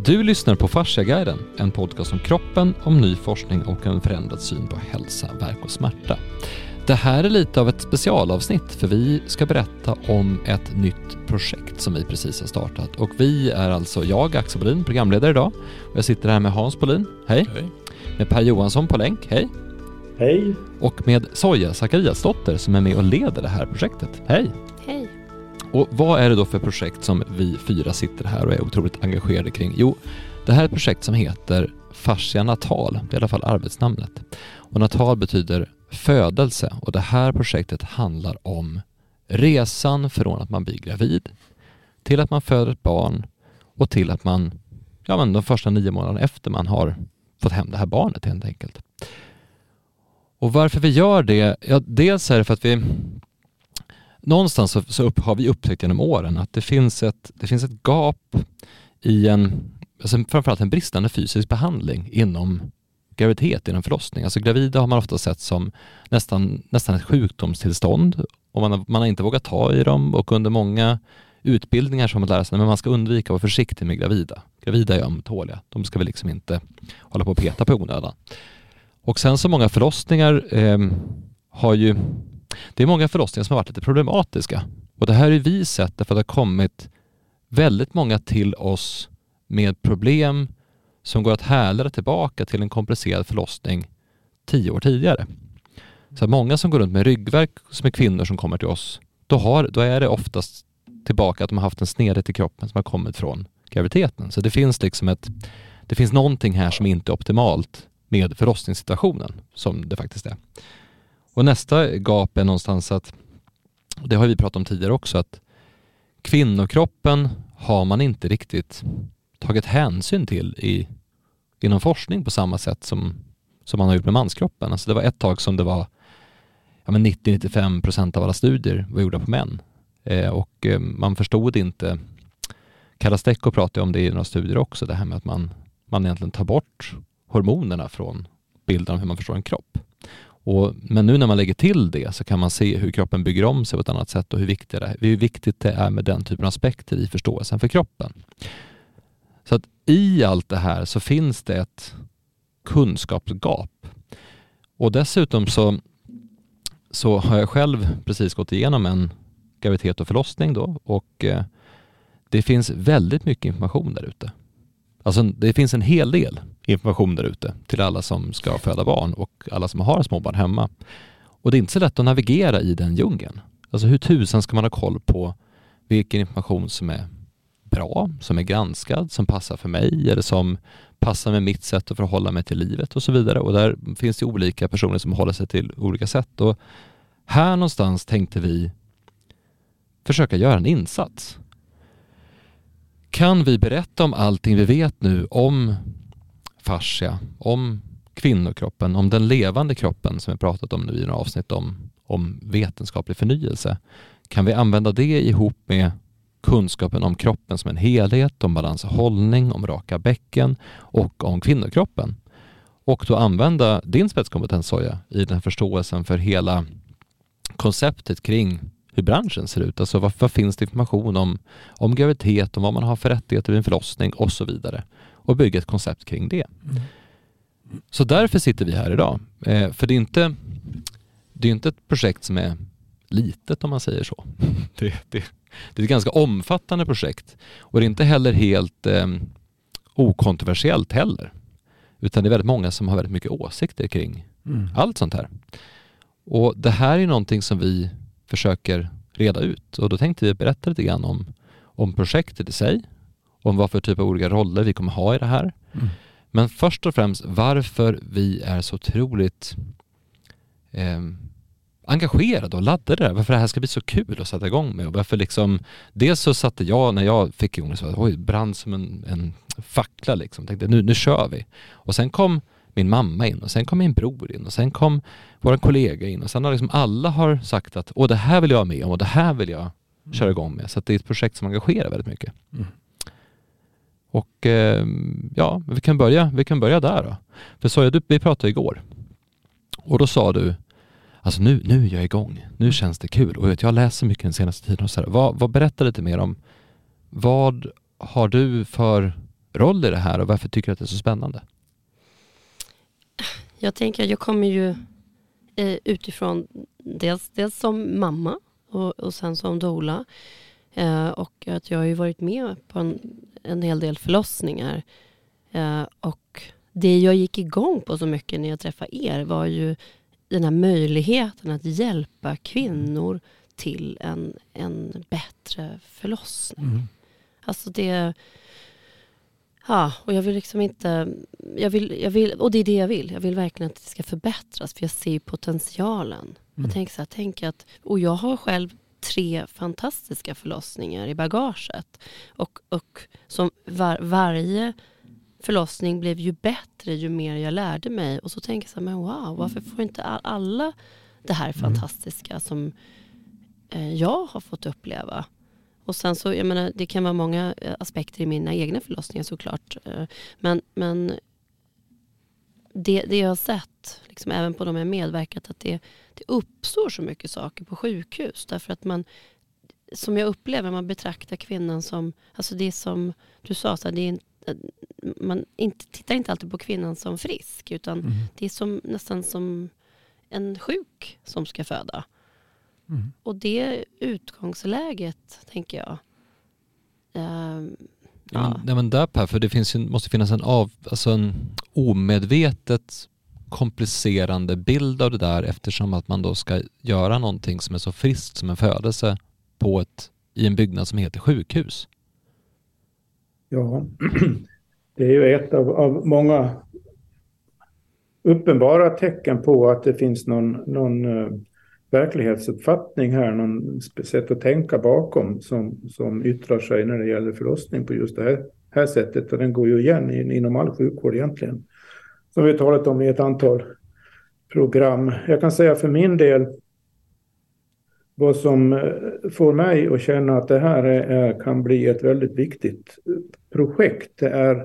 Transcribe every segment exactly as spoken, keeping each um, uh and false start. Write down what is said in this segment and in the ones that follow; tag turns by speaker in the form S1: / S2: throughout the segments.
S1: Du lyssnar på Fasciaguiden, en podcast om kroppen, om ny forskning och en förändrad syn på hälsa, värk och smärta. Det här är lite av ett specialavsnitt för vi ska berätta om ett nytt projekt som vi precis har startat. Och vi är alltså jag, Axel Bolin, programledare idag. Och jag sitter här med Hans Bolin, hej. Hej. Med Per Johansson på länk, hej.
S2: Hej.
S1: Och med Soja Zachariasdotter som är med och leder det här projektet, hej.
S3: Hej.
S1: Och vad är det då för projekt som vi fyra sitter här och är otroligt engagerade kring? Jo, det här är ett projekt som heter Fascia Natal, det är i alla fall arbetsnamnet. Och natal betyder födelse och det här projektet handlar om resan från att man blir gravid till att man föder ett barn och till att man, ja men de första nio månaderna efter man har fått hem det här barnet helt enkelt. Och varför vi gör det, ja dels är det för att vi någonstans så, så upp, har vi upptäckt genom åren att det finns ett, det finns ett gap i en, alltså framförallt en bristande fysisk behandling inom graviditet, inom förlossning. Alltså gravida har man ofta sett som nästan, nästan ett sjukdomstillstånd och man har, man har inte vågat ta i dem och under många utbildningar som man lär sig, men man ska undvika att vara försiktig med gravida. Gravida är ömtåliga, de ska vi liksom inte hålla på och peta på onödan. Och sen så många förlossningar eh, har ju det är många förlossningar som har varit lite problematiska. Och det här är vi sett därför att det har kommit väldigt många till oss med problem som går att härleda tillbaka till en komplicerad förlossning tio år tidigare. Så att många som går runt med ryggvärk som är kvinnor som kommer till oss, då, har, då är det oftast tillbaka att de har haft en snedhet i kroppen som har kommit från graviditeten. Så det finns liksom ett, det finns någonting här som inte är optimalt med förlossningssituationen som det faktiskt är. Och nästa gap är någonstans att, det har vi pratat om tidigare också, att kvinnokroppen har man inte riktigt tagit hänsyn till i, inom forskning på samma sätt som, som man har gjort med manskroppen. Alltså det var ett tag som det var ja men nittio till nittiofem procent av alla studier var gjorda på män. Eh, och eh, man förstod inte, Karastekko pratade om det i några studier också, det här med att man, man egentligen tar bort hormonerna från bilden av hur man förstår en kropp. Och, men nu när man lägger till det så kan man se hur kroppen bygger om sig på ett annat sätt och hur viktigt det är, hur viktigt det är med den typen av aspekter i förståelsen för kroppen. Så att i allt det här så finns det ett kunskapsgap. Och dessutom så, så har jag själv precis gått igenom en graviditet och förlossning då och eh, det finns väldigt mycket information där ute. Alltså det finns en hel del information där ute till alla som ska föda barn och alla som har småbarn hemma. Och det är inte så lätt att navigera i den djungeln. Alltså hur tusen ska man ha koll på vilken information som är bra, som är granskad, som passar för mig eller som passar med mitt sätt att förhålla mig till livet och så vidare. Och där finns det olika personer som håller sig till olika sätt. Och här någonstans tänkte vi försöka göra en insats. Kan vi berätta om allting vi vet nu om fascia, om kvinnokroppen, om den levande kroppen som vi pratat om nu i några avsnitt om, om vetenskaplig förnyelse? Kan vi använda det ihop med kunskapen om kroppen som en helhet, om balans och hållning, om raka bäcken och om kvinnokroppen? Och då använda din spetskompetens, Soja, i den här förståelsen för hela konceptet kring hur branschen ser ut. Alltså vad, vad finns det information om, om graviditet, om vad man har för rättigheter vid en förlossning och så vidare. Och bygga ett koncept kring det. Mm. Så därför sitter vi här idag. Eh, för det är, inte, det är inte ett projekt som är litet om man säger så. Det, det, det är ett ganska omfattande projekt. Och det är inte heller helt eh, okontroversiellt heller. Utan det är väldigt många som har väldigt mycket åsikter kring mm. allt sånt här. Och det här är någonting som vi försöker reda ut. Och då tänkte vi berätta lite grann om, om projektet i sig. Om vad för typ av olika roller vi kommer ha i det här. Mm. Men först och främst varför vi är så otroligt eh, engagerade och laddade där. Varför det här ska bli så kul att sätta igång med. Och varför liksom, dels så satte jag, när jag fick igång det så oj, brann som en, en fackla liksom. Tänkte nu, nu kör vi. Och sen kom min mamma in och sen kom min bror in och sen kom våra kollega in och sen har liksom alla har sagt att åh, det här vill jag ha med om och det här vill jag mm. köra igång med. Så att det är ett projekt som engagerar väldigt mycket. Mm. Och eh, ja, vi kan börja vi kan börja där då. För så du, vi pratade igår. Och då sa du alltså nu nu är jag igång. Nu känns det kul och jag läser mycket den senaste tiden och så här. Vad vad berättar lite mer om vad har du för roll i det här och varför tycker du att det är så spännande?
S2: Jag tänker att jag kommer ju eh, utifrån dels, dels som mamma och, och sen som doula. Eh, och att jag har ju varit med på en, en hel del förlossningar. Eh, och det jag gick igång på så mycket när jag träffade er var ju den här möjligheten att hjälpa kvinnor till en, en bättre förlossning. Mm. Alltså det... Ja, och jag vill liksom inte... Jag vill, jag vill, och det är det jag vill. Jag vill verkligen att det ska förbättras. För jag ser potentialen. Mm. Jag tänker så här, tänk att... Och jag har själv tre fantastiska förlossningar i bagaget. Och, och som var, varje förlossning blev ju bättre ju mer jag lärde mig. Och så tänker jag så här, men wow, varför får inte alla det här fantastiska som eh, jag har fått uppleva? Och sen så, jag menar, det kan vara många aspekter i mina egna förlossningar såklart. Men, men det, det jag har sett, liksom även på de jag medverkat, att det, det uppstår så mycket saker på sjukhus. Därför att man, som jag upplever, man betraktar kvinnan som, alltså det är som du sa, så här, det är, man inte, tittar inte alltid på kvinnan som frisk. Utan mm. det är som, nästan som en sjuk som ska föda. Mm. Och det utgångsläget, tänker jag. Um,
S1: ja, men, ja. men där Per, för det finns ju, måste finnas en, av, alltså en omedvetet komplicerande bild av det där, eftersom att man då ska göra någonting som är så friskt som en födelse på ett, i en byggnad som heter sjukhus.
S3: Ja, det är ju ett av, av många uppenbara tecken på att det finns någon... någon verklighetsuppfattning här, någon sätt att tänka bakom som, som yttrar sig när det gäller förlossning på just det här, här sättet. Och den går ju igen in, inom all sjukvård egentligen. Som vi har talat om i ett antal program. Jag kan säga för min del, vad som får mig att känna att det här är, är, kan bli ett väldigt viktigt projekt. Det är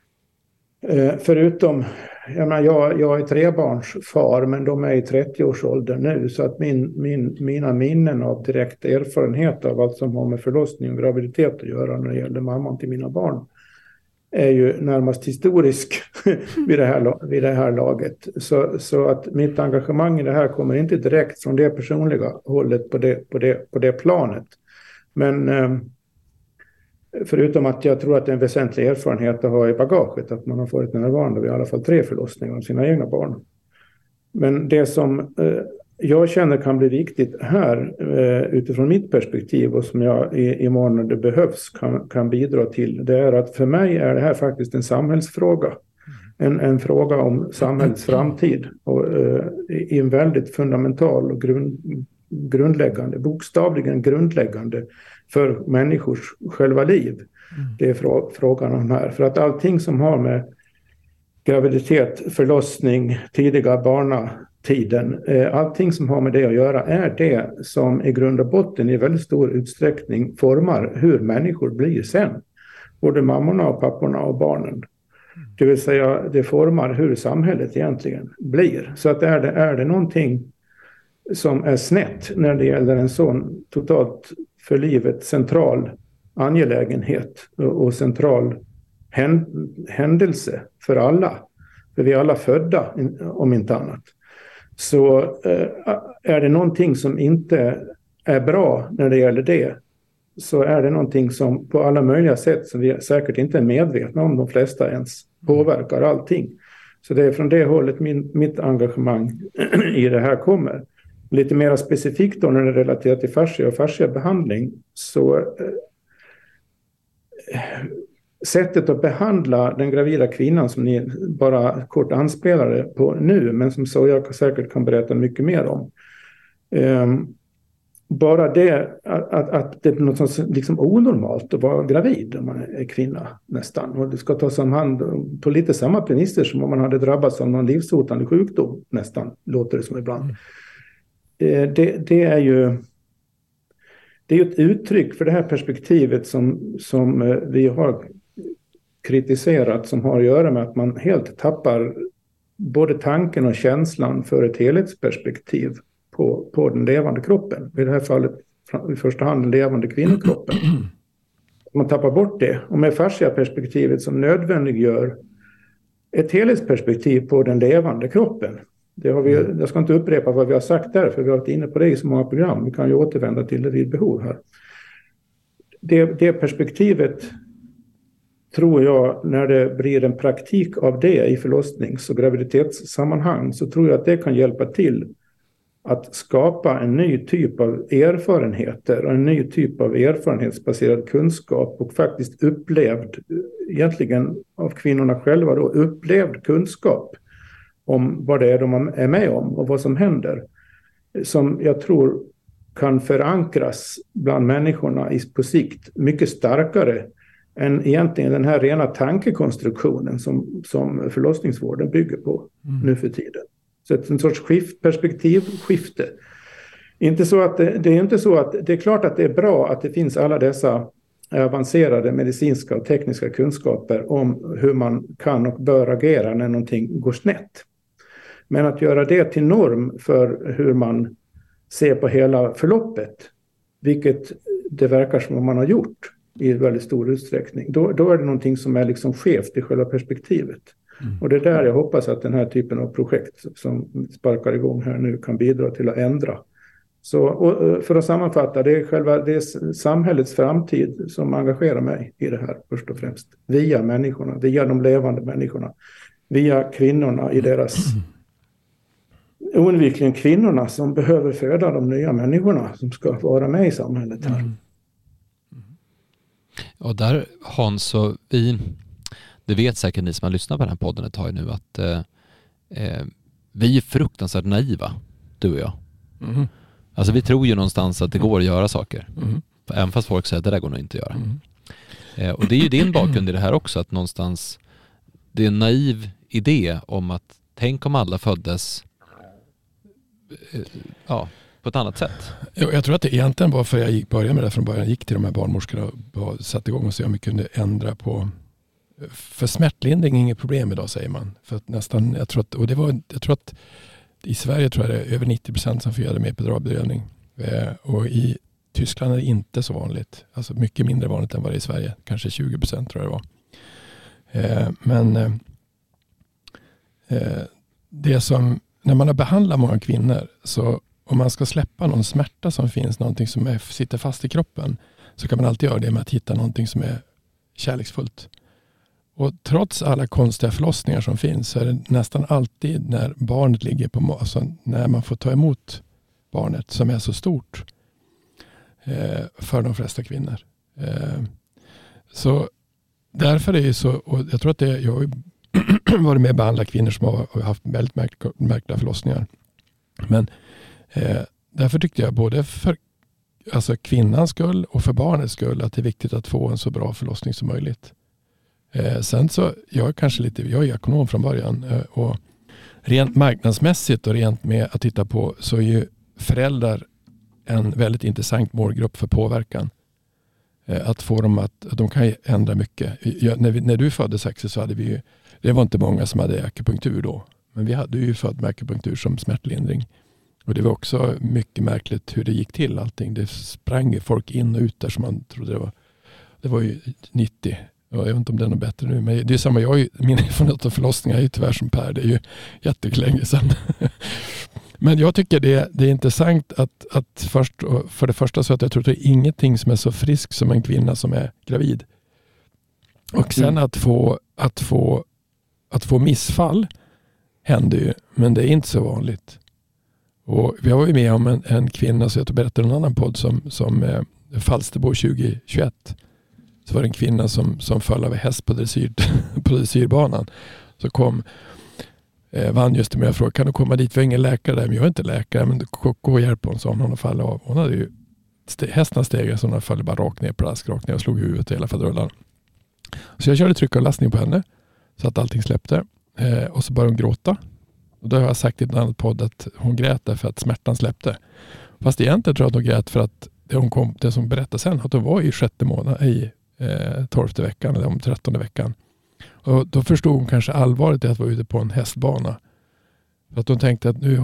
S3: förutom, jag, menar, jag, jag är trebarnsfar, men de är i trettioårsåldern nu, så att min, min, mina minnen av direkt erfarenhet av allt som har med förlossning och graviditet att göra när det gäller mamman till mina barn är ju närmast historisk vid, det här, vid det här laget. Så, så att mitt engagemang i det här kommer inte direkt från det personliga hållet på det, på det, på det planet. Men eh, förutom att jag tror att det är en väsentlig erfarenhet att ha i bagaget, att man har varit närvarande vid i alla fall tre förlossningar av sina egna barn. Men det som eh, jag känner kan bli viktigt här eh, utifrån mitt perspektiv och som jag i, i mån när det behövs kan, kan bidra till, det är att för mig är det här faktiskt en samhällsfråga. En, en fråga om samhällets framtid och, eh, i en väldigt fundamental och grund, grundläggande, bokstavligen grundläggande för människors själva liv. Mm. Det är frå- frågan om här. För att allting som har med graviditet, förlossning, tidiga barnatiden, eh, allting som har med det att göra är det som i grund och botten i väldigt stor utsträckning formar hur människor blir sen. Både mammorna och papporna och barnen. Mm. Det vill säga det formar hur samhället egentligen blir. Så att är det, är det någonting som är snett när det gäller en sån totalt för livet central angelägenhet och central händelse för alla. För vi är alla födda, om inte annat. Så är det någonting som inte är bra när det gäller det, så är det någonting som på alla möjliga sätt, som vi säkert inte är medvetna om, de flesta ens påverkar allting. Så det är från det hållet min, mitt engagemang i det här kommer. Lite mer specifikt då när det är relaterat till fascia och fasciabehandling, så eh, sättet att behandla den gravida kvinnan som ni bara kort anspelade på nu, men som så jag säkert kan berätta mycket mer om. Eh, bara det att, att, att det är något som liksom onormalt att vara gravid om man är kvinna nästan. Och det ska tas om hand på lite samma premisser som om man hade drabbats av någon livshotande sjukdom nästan, låter det som ibland. Mm. Det, det är ju det är ett uttryck för det här perspektivet som, som vi har kritiserat, som har att göra med att man helt tappar både tanken och känslan för ett helhetsperspektiv på, på den levande kroppen. I det här fallet i första hand den levande kvinnokroppen. Man tappar bort det. Och med fasciaperspektivet som nödvändiggör ett helhetsperspektiv på den levande kroppen. Det har vi, jag ska inte upprepa vad vi har sagt där, för vi har varit inne på det i så många program. Vi kan ju återvända till det vid behov här. Det, det perspektivet tror jag, när det blir en praktik av det i förlossnings- och graviditetssammanhang, så tror jag att det kan hjälpa till att skapa en ny typ av erfarenheter och en ny typ av erfarenhetsbaserad kunskap och faktiskt upplevd, egentligen av kvinnorna själva då, upplevd kunskap om vad det är de är med om och vad som händer, som jag tror kan förankras bland människorna på sikt mycket starkare än egentligen den här rena tankekonstruktionen som, som förlossningsvården bygger på mm. nu för tiden. Så ett, en sorts skift, perspektivskifte. Inte så att det, det är inte så att det är klart att det är bra att det finns alla dessa avancerade medicinska och tekniska kunskaper om hur man kan och bör agera när någonting går snett. Men att göra det till norm för hur man ser på hela förloppet, vilket det verkar som om man har gjort i väldigt stor utsträckning, då, då är det någonting som är liksom skevt i själva perspektivet. Mm. Och det är där jag hoppas att den här typen av projekt som sparkar igång här nu kan bidra till att ändra. Så, och för att sammanfatta, det är själva det är samhällets framtid som engagerar mig i det här först och främst. Via människorna, via de levande människorna, via kvinnorna i deras, oundvikligen kvinnorna som behöver föda de nya människorna som ska vara med i samhället här. Mm.
S1: Och där, Hans, så vi, det vet säkert ni som har lyssnat på den här podden ett tag nu, att eh, vi är fruktansvärt naiva, du och jag. Mm. Alltså vi tror ju någonstans att det går att göra saker. Mm. Även fast folk säger att det där går nog inte att göra. Mm. Eh, och det är ju din bakgrund i det här också, att någonstans det är en naiv idé om att tänk om alla föddes eh, ja, på ett annat sätt.
S4: Jag, jag tror att det egentligen var för jag gick, började med det från början. Jag gick till de här barnmorskorna och satte igång och se om vi kunde ändra på. För smärtlindring är inget problem idag, säger man. För att nästan, jag tror att, och det var, jag tror att i Sverige tror jag det är över nittio procent som får göra det med epiduralbedövning. Eh, och i Tyskland är det inte så vanligt. Alltså mycket mindre vanligt än vad det är i Sverige. Kanske tjugo procent tror jag det var. Eh, men eh, eh, det som, när man har behandlat många kvinnor, så om man ska släppa någon smärta som finns, någonting som är, sitter fast i kroppen, så kan man alltid göra det med att hitta någonting som är kärleksfullt. Och trots alla konstiga förlossningar som finns, så är det nästan alltid när barnet ligger på, alltså när man får ta emot barnet som är så stort eh, för de flesta kvinnor. Eh, så därför är det så, och jag tror att det, jag har varit med och behandlat kvinnor som har haft väldigt märk, märkliga förlossningar. Men eh, därför tyckte jag både för alltså kvinnans skull och för barnets skull att det är viktigt att få en så bra förlossning som möjligt. Eh, sen så, jag är kanske lite, jag är ekonom från början eh, och rent marknadsmässigt och rent med att titta på, så är ju föräldrar en väldigt intressant målgrupp för påverkan. Eh, att få dem att, att de kan ändra mycket. Jag, när, vi, när du föddes Axel, så hade vi ju, det var inte många som hade akupunktur då, men vi hade ju född med akupunktur som smärtlindring. Och det var också mycket märkligt hur det gick till allting. Det sprang folk in och ut där som man trodde det var. Det var ju nittio. Jag vet inte om det är något bättre nu. Men det är samma, jag är ju, min erfarenhet av förlossningar är ju tyvärr som Per. Det är ju jättelänge sedan. Men jag tycker det, det är intressant att, att först, för det första så att jag tror att det är ingenting som är så frisk som en kvinna som är gravid. Och sen att få, att få, att få missfall händer ju. Men det är inte så vanligt. Och vi har ju med om en, en kvinna, så jag berättade en annan podd som, som eh, Falsterbo tjugo tjugoett. Så var det en kvinna som, som föll av häst på, dressyr, på dressyrbanan. Så kom, eh, vann just det med att fråga, kan du komma dit? Vi har ingen läkare där, men jag är inte läkare. Men gå och hjälp hon, sa hon, hon fallit av. Hon hade ju, st- hästen steg, så hon föll bara rakt ner, plask, rakt ner och slog huvudet i hela fadrullan. Så jag körde tryckanlastning på henne, så att allting släppte. Eh, och så började hon gråta. Och då har jag sagt i en annan podd att hon grät därför att smärtan släppte. Fast egentligen tror jag att hon grät för att det, hon kom, det som berättade sen, att hon var i sjätte månaden, i eh, tolfte veckan eller om trettonde veckan. Och då förstod hon kanske allvaret i att vara ute på en hästbana. För att hon tänkte att nu har jag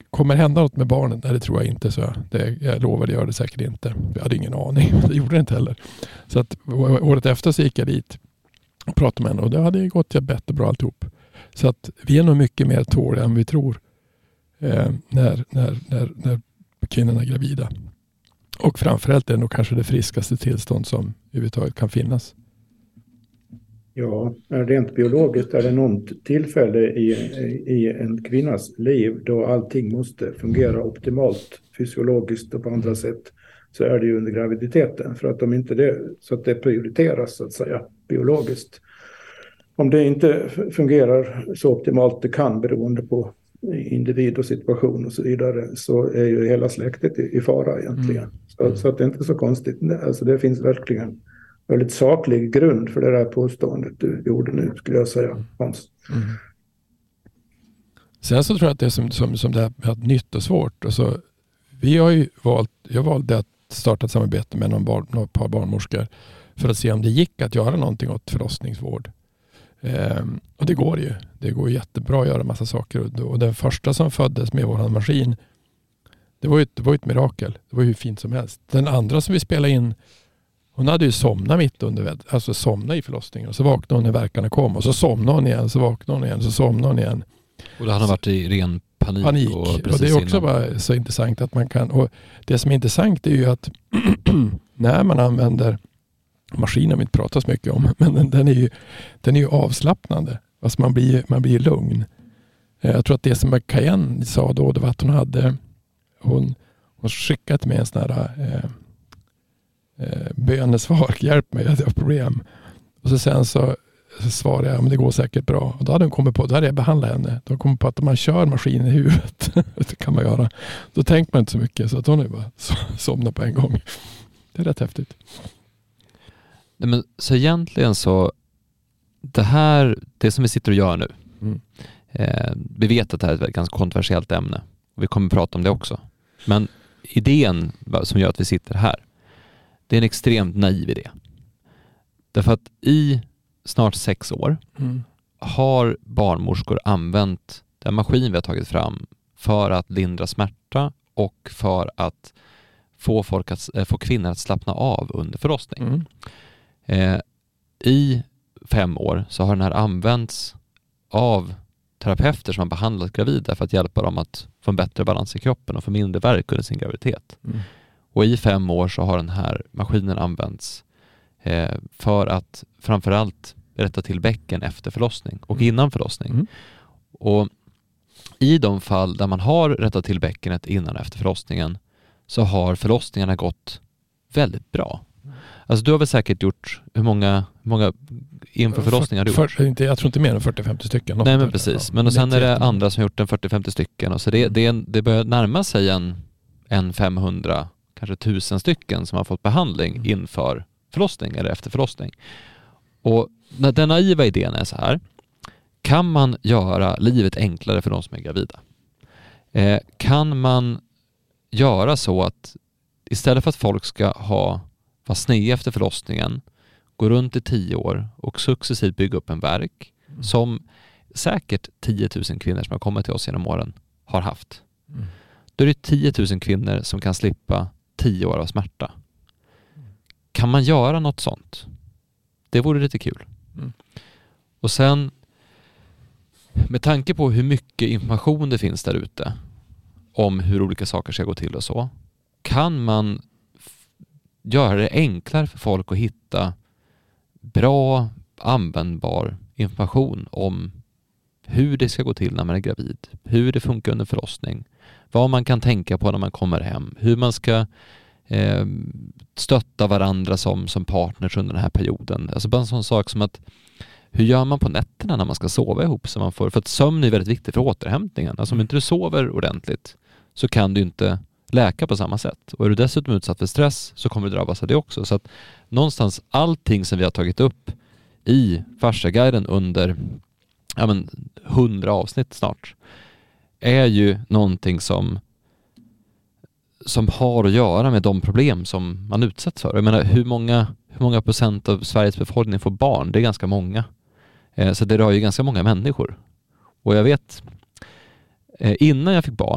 S4: kommer hända något med barnet? Nej, det tror jag inte. Så det, jag lovar, det gör det säkert inte. Jag hade ingen aning. Det gjorde det inte heller. Så att året efter så gick jag dit och pratade med henne. Och det hade gått bättre bra alltihop. Så att vi är nog mycket mer tåliga än vi tror eh, när, när, när, när kvinnorna är gravida. Och framförallt är det nog kanske det friskaste tillstånd som överhuvudtaget kan finnas.
S3: Ja, rent biologiskt är det något tillfälle i, i en kvinnas liv då allting måste fungera optimalt fysiologiskt och på andra sätt, så är det ju under graviditeten, för att om inte det, så att det prioriteras så att säga biologiskt. Om det inte fungerar så optimalt det kan, beroende på individ och situation och så vidare, så är ju hela släktet i, i fara egentligen. Mm. Så, så att det är inte så konstigt. Alltså det finns verkligen väldigt saklig grund för det där påståendet du gjorde nu, skulle jag säga, Hans. Mm.
S4: Sen så tror jag att det är som, som, som det här med nytt och svårt. Alltså, vi har ju valt, jag valde att starta ett samarbete med någon bar, några par barnmorskor för att se om det gick att göra någonting åt förlossningsvård. Ehm, och det går ju. Det går jättebra att göra massa saker. Och, och den första som föddes med vår maskin, det var ju ett, det var ett mirakel. Det var ju hur fint som helst. Den andra som vi spelade in, hon hade ju somnat mitt under, alltså somnat i förlossningen. Och så vaknade hon när verkarna kom. Och så somnade hon igen, så vaknade hon igen, så somnade hon igen.
S1: Och då hade han varit i ren panik. panik. Och,
S4: och det är också innan. Bara så intressant att man kan, och det som är intressant är ju att när man använder maskinen, vi inte pratar så mycket om, men den, den är ju den är ju avslappnande. Alltså man blir man blir lugn. Jag tror att det som Cayenne sa då, det var att hon hade hon, hon skickat med en sån här eh, eh, bönesvar, hjälp mig, jag har problem. Och så sen så, så svarade jag, men det går säkert bra. Och då hade hon kommit på, då hade jag behandlat henne. Då kom på att om man kör maskinen i huvudet, det kan man göra. Då tänker man inte så mycket, så att hon är bara så, somnar på en gång. Det är rätt häftigt.
S1: Nej, men så egentligen så det här, det som vi sitter och gör nu, mm. eh, vi vet att det här är ett ganska kontroversiellt ämne och vi kommer att prata om det också, men idén som gör att vi sitter här, det är en extremt naiv idé, därför att i snart sex år mm. har barnmorskor använt den maskin vi har tagit fram för att lindra smärta och för att få folk att, få kvinnor att slappna av under förlossning. Mm. Eh, I fem år så har den här använts av terapeuter som har behandlat gravida för att hjälpa dem att få en bättre balans i kroppen och få mindre värk under sin graviditet. Mm. Och i fem år så har den här maskinen använts eh, för att framförallt rätta till bäcken efter förlossning och mm. innan förlossning. Mm. Och i de fall där man har rättat till bäckenet innan och efter förlossningen så har förlossningarna gått väldigt bra. Alltså du har väl säkert gjort, hur många, hur många inför förlossningar har du gjort?
S4: För, inte, jag tror inte mer än fyrtio femtio stycken.
S1: Nej men precis, ja. Men och sen är det andra som har gjort en fyrtio femtio stycken. Och så det, det, det börjar närma sig en, en femhundra, kanske tusen stycken som har fått behandling mm. inför förlossning eller efter förlossning. Och den naiva idén är så här, kan man göra livet enklare för de som är gravida? Eh, kan man göra så att istället för att folk ska ha vara sned efter förlossningen, gå runt i tio år och successivt bygga upp en värk mm. som säkert tio tusen kvinnor som har kommit till oss genom åren har haft. Mm. Då är det tio tusen kvinnor som kan slippa tio år av smärta. Mm. Kan man göra något sånt? Det vore lite kul. Mm. Och sen med tanke på hur mycket information det finns där ute om hur olika saker ska gå till och så, kan man göra det enklare för folk att hitta bra, användbar information om hur det ska gå till när man är gravid, hur det funkar under förlossning, vad man kan tänka på när man kommer hem, hur man ska eh, stötta varandra som, som partners under den här perioden. Alltså bara en sån sak som att hur gör man på nätterna när man ska sova ihop så man får, för att sömn är väldigt viktigt för återhämtningen. Alltså om inte du sover ordentligt så kan du inte läka på samma sätt. Och är du dessutom utsatt för stress så kommer du drabbas av det också. Så att någonstans allting som vi har tagit upp i Fasciaguiden under ja men, hundra avsnitt snart är ju någonting som som har att göra med de problem som man utsätts för. Jag menar, hur många, hur många procent av Sveriges befolkning får barn? Det är ganska många. Eh, så det rör ju ganska många människor. Och jag vet, eh, innan jag fick barn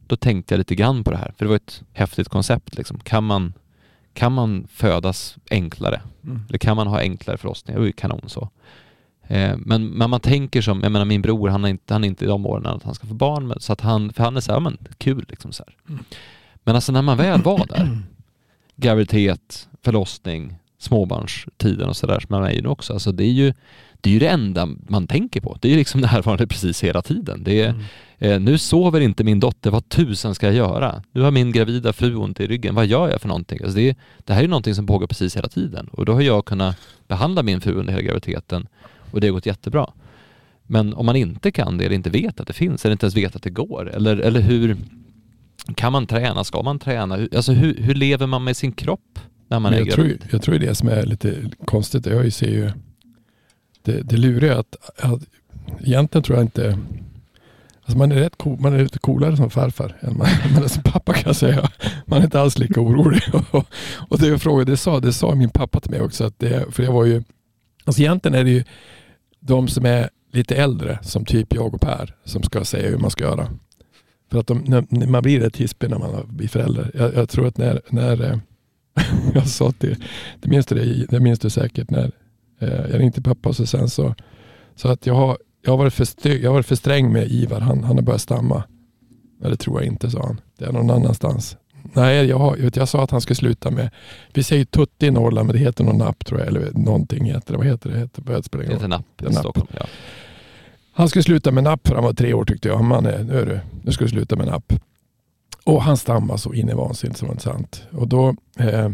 S1: då tänkte jag lite grann på det här. För det var ett häftigt koncept. Liksom. Kan man, kan man födas enklare? Mm. Eller kan man ha enklare förlossning? Det är ju kanon så. Eh, men, men man tänker som, jag menar min bror, han är inte, han är inte i de åren att han ska få barn. Men, så att han, för han är så här, ja, men kul liksom så här. Mm. Men alltså när man väl var där, graviditet, förlossning, småbarnstiden och sådär som man är ju nu också. Alltså det är ju det är ju det enda man tänker på. Det är ju liksom närvarande precis hela tiden. Det är, mm. eh, nu sover inte min dotter, vad tusan ska jag göra? Nu har min gravida fru ont i ryggen, vad gör jag för någonting? Alltså det, är, det här är ju någonting som pågår precis hela tiden. Och då har jag kunnat behandla min fru under hela graviditeten och det har gått jättebra. Men om man inte kan det eller inte vet att det finns eller inte ens vet att det går, eller, eller hur kan man träna? Ska man träna? Alltså hur, hur lever man med sin kropp när man
S4: jag
S1: är
S4: tror,
S1: gravid?
S4: jag tror det som är lite konstigt, jag ser ju det, det luriga att, att egentligen tror jag inte alltså man är rätt cool, man är lite coolare som farfar än man, man är som pappa kan jag säga. Man är inte alls lika orolig. och, och det jag frågade, det sa, det sa min pappa till mig också att det, för jag var ju alltså egentligen är det ju de som är lite äldre som typ jag och Per som ska säga hur man ska göra. För att de, när man blir rätt hispig när man blir förälder. Jag, jag tror att när, när jag sa till, det minns du det, det minns du säkert när eh, jag ringde pappa och så sen så, så att jag har, jag har varit för stygg, jag har varit för sträng med Ivar, han, han har börjat stamma. Nej, det tror jag inte, sa han. Det är någon annanstans. Nej, jag, har, jag, vet, jag sa att han skulle sluta med, vi säger tutti i Norrland men det heter någon napp tror jag, eller någonting heter det, vad heter det? Heter, det heter,
S1: det heter napp i Stockholm, ja. Han
S4: skulle sluta med napp för han var tre år tyckte jag. Man är, nu, är det, nu ska du sluta med napp. Och han stammade så in i vansinnigt som var det sant. Och då, eh,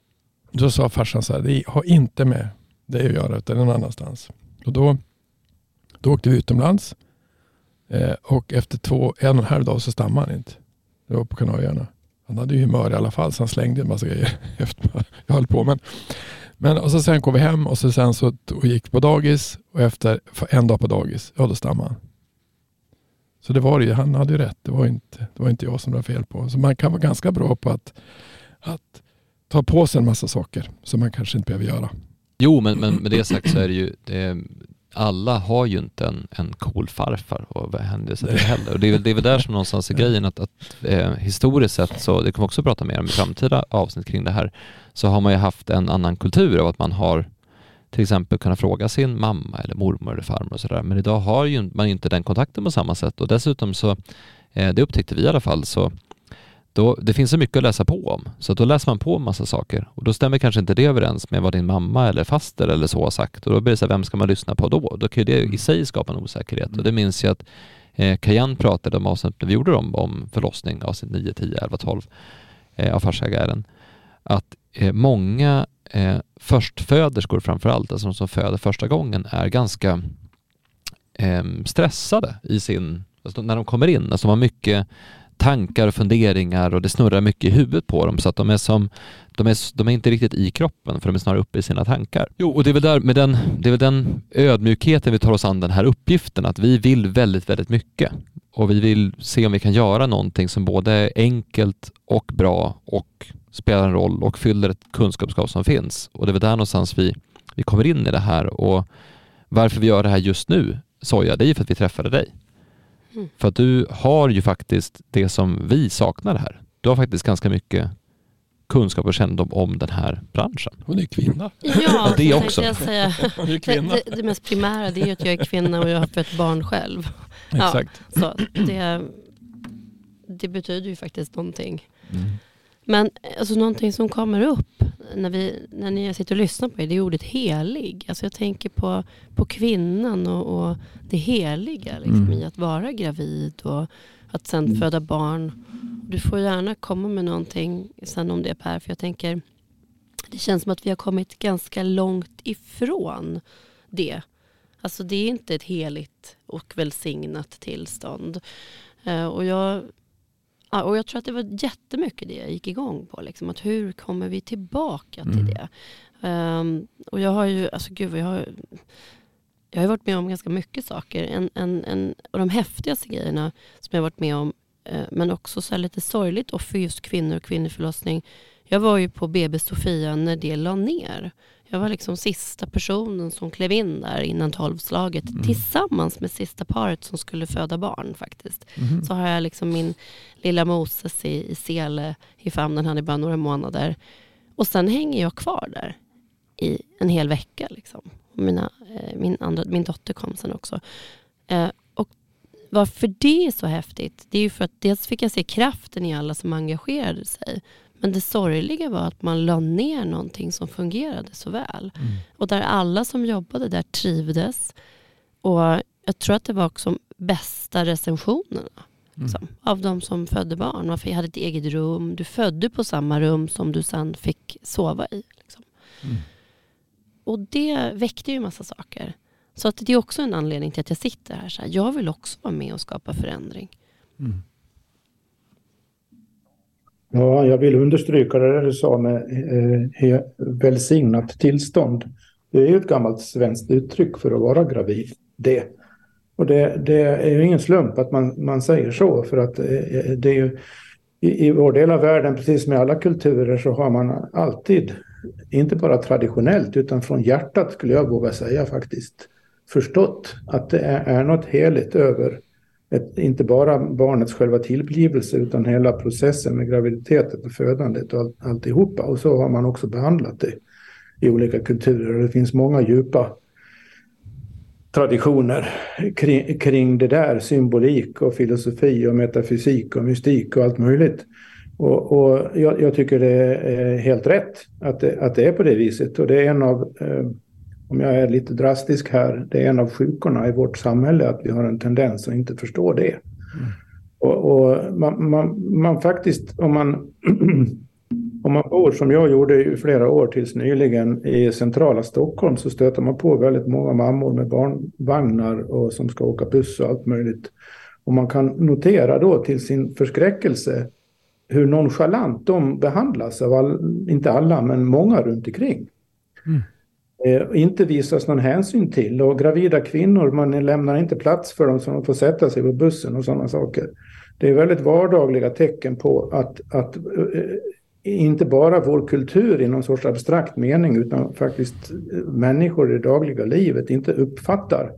S4: då sa farsan så här, det har inte med det att göra utan någon annanstans. Och då, då åkte vi utomlands. Eh, och efter två, en och en halv dag så stammade han inte. Det var på Kanarieöarna. Han hade ju humör i alla fall så han slängde en massa grejer efter jag höll på. Men, men och så sen kom vi hem och så sen så och gick på dagis och efter en dag på dagis, ja då stammade han. Så det var ju, han hade ju rätt. Det var inte, det var inte jag som var fel på. Så man kan vara ganska bra på att, att ta på sig en massa saker som man kanske inte behöver göra.
S1: Jo, men, men med det sagt så är det ju det, alla har ju inte en, en cool farfar och vad händer så det heller. Och det är väl det är väl där som någonstans är grejen att, att eh, historiskt sett så, det kommer också prata mer om i framtida avsnitt kring det här, så har man ju haft en annan kultur av att man har till exempel kunnat fråga sin mamma eller mormor eller farmor och sådär. Men idag har ju man ju inte den kontakten på samma sätt och dessutom så, eh, det upptäckte vi i alla fall, så då, det finns så mycket att läsa på om. Så då läser man på en massa saker. Och då stämmer kanske inte det överens med vad din mamma eller faster eller så har sagt. Och då blir det så här, vem ska man lyssna på då? Då kan ju det i sig skapa en osäkerhet. Och det minns jag att eh, Kajan pratade om avsnitt när vi gjorde dem om förlossning, avsnitt nio, tio, elva, tolv eh, av farsägaren. Att eh, många eh, förstföderskor framförallt, alltså de som föder första gången, är ganska eh, stressade i sin, alltså när de kommer in. Alltså de har mycket tankar och funderingar och det snurrar mycket i huvudet på dem så att de är som de är, de är inte riktigt i kroppen för de är snarare uppe i sina tankar. Jo, och det är väl där med den, det är väl den ödmjukheten vi tar oss an den här uppgiften, att vi vill väldigt, väldigt mycket och vi vill se om vi kan göra någonting som både är enkelt och bra och spelar en roll och fyller ett kunskapsgap som finns. Och det är väl där någonstans vi, vi kommer in i det här. Och varför vi gör det här just nu, Soja, det är ju för att vi träffade dig. Mm. För att du har ju faktiskt det som vi saknar här. Du har faktiskt ganska mycket kunskap och kännedom om den här branschen.
S4: Hon är kvinna.
S2: Ja,
S1: det också.
S2: Jag säga.
S4: Hon är kvinna.
S2: Det, det, det mest primära det är ju att jag är kvinna och jag har fött barn själv.
S4: Exakt.
S2: Ja, så det, det betyder ju faktiskt någonting.
S1: Mm.
S2: Men alltså någonting som kommer upp när, vi, när ni sitter och lyssnar på det, det är ordet helig. Alltså jag tänker på, på kvinnan och, och det heliga liksom, mm. i att vara gravid och att sen mm. föda barn. Du får gärna komma med någonting sen om det, Per, för jag tänker det känns som att vi har kommit ganska långt ifrån det. Alltså det är inte ett heligt och välsignat tillstånd. Uh, och jag Ja, och jag tror att det var jättemycket det jag gick igång på. Liksom, att hur kommer vi tillbaka till mm. det? Um, och jag har ju, alltså gud, jag har, jag har varit med om ganska mycket saker. En, en, en av de häftigaste grejerna som jag har varit med om, uh, men också så här lite sorgligt och för just kvinnor och kvinnoförlossning. Jag var ju på B B Sofia när det la ner. Jag var liksom sista personen som klev in där innan tolvslaget
S4: Mm.
S2: tillsammans med sista paret som skulle föda barn faktiskt.
S4: Mhm.
S2: Så har jag liksom min lilla Moses i, i sele i famnen, han är bara några månader. Och sen hänger jag kvar där i en hel vecka liksom. Mina, eh, min, andra, min dotter kom sen också. Eh, och varför det är så häftigt, det är ju för att dels fick jag se kraften i alla som engagerade sig. Men det sorgliga var att man la ner någonting som fungerade så väl.
S4: Mm.
S2: Och där alla som jobbade där trivdes. Och jag tror att det var också bästa recensionerna. Liksom,
S4: Mm.
S2: av de som födde barn. Varför jag hade ett eget rum. Du födde på samma rum som du sen fick sova i. Liksom.
S4: Mm.
S2: Och det väckte ju en massa saker. Så att det är också en anledning till att jag sitter här. Så här. Jag vill också vara med och skapa förändring.
S4: Mm.
S3: Ja, jag vill understryka det du sa med eh, he, välsignat tillstånd. Det är ju ett gammalt svenskt uttryck för att vara gravid. Det. Och det, det är ju ingen slump att man, man säger så. För att eh, det är ju i, i vår del av världen, precis som i alla kulturer, så har man alltid, inte bara traditionellt utan från hjärtat skulle jag våga säga faktiskt, förstått att det är, är något heligt över ett, inte bara barnets själva tillblivelse utan hela processen med graviditetet och födandet och all, alltihopa. Och så har man också behandlat det i olika kulturer. Och det finns många djupa traditioner kring, kring det där, symbolik och filosofi och metafysik och mystik och allt möjligt. Och, och jag, jag tycker det är helt rätt att det, att det är på det viset. Och det är en av, eh, om jag är lite drastisk här, det är en av sjukorna i vårt samhälle att vi har en tendens att inte förstå det. Mm. Och, och man, man, man faktiskt, om man, om man bor som jag gjorde i flera år tills nyligen i centrala Stockholm, så stöter man på väldigt många mammor med barnvagnar och som ska åka buss och allt möjligt. Och man kan notera då till sin förskräckelse hur nonchalant de behandlas av all, inte alla men många runt omkring. Mm. Eh, inte visas någon hänsyn till, och gravida kvinnor, man lämnar inte plats för dem så de får sätta sig på bussen och sådana saker. Det är väldigt vardagliga tecken på att, att eh, inte bara vår kultur i någon sorts abstrakt mening utan faktiskt människor i det dagliga livet inte uppfattar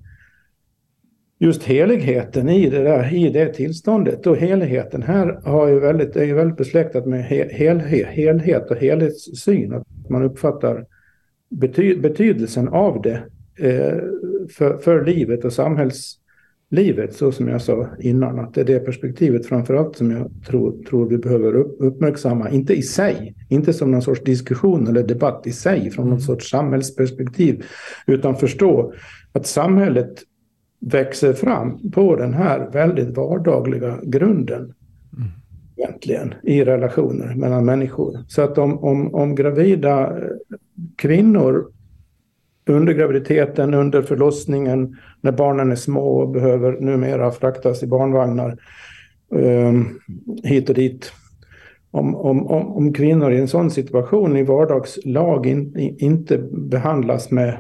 S3: just heligheten i det där, i det tillståndet. Och heligheten här har ju väldigt, är ju väldigt besläktat med helhet, helhet och helhetssyn, att man uppfattar bety, betydelsen av det eh, för, för livet och samhällslivet, så som jag sa innan, att det är det perspektivet framförallt som jag tror, tror vi behöver upp, uppmärksamma, inte i sig, inte som någon sorts diskussion eller debatt i sig från någon sorts samhällsperspektiv, utan förstå att samhället växer fram på den här väldigt vardagliga grunden mm. egentligen i relationer mellan människor. Så att om, om, om gravida kvinnor under graviditeten, under förlossningen, när barnen är små och behöver numera fraktas i barnvagnar um, hit och dit. Om, om, om, om kvinnor i en sån situation i vardagslag in, in, inte behandlas med,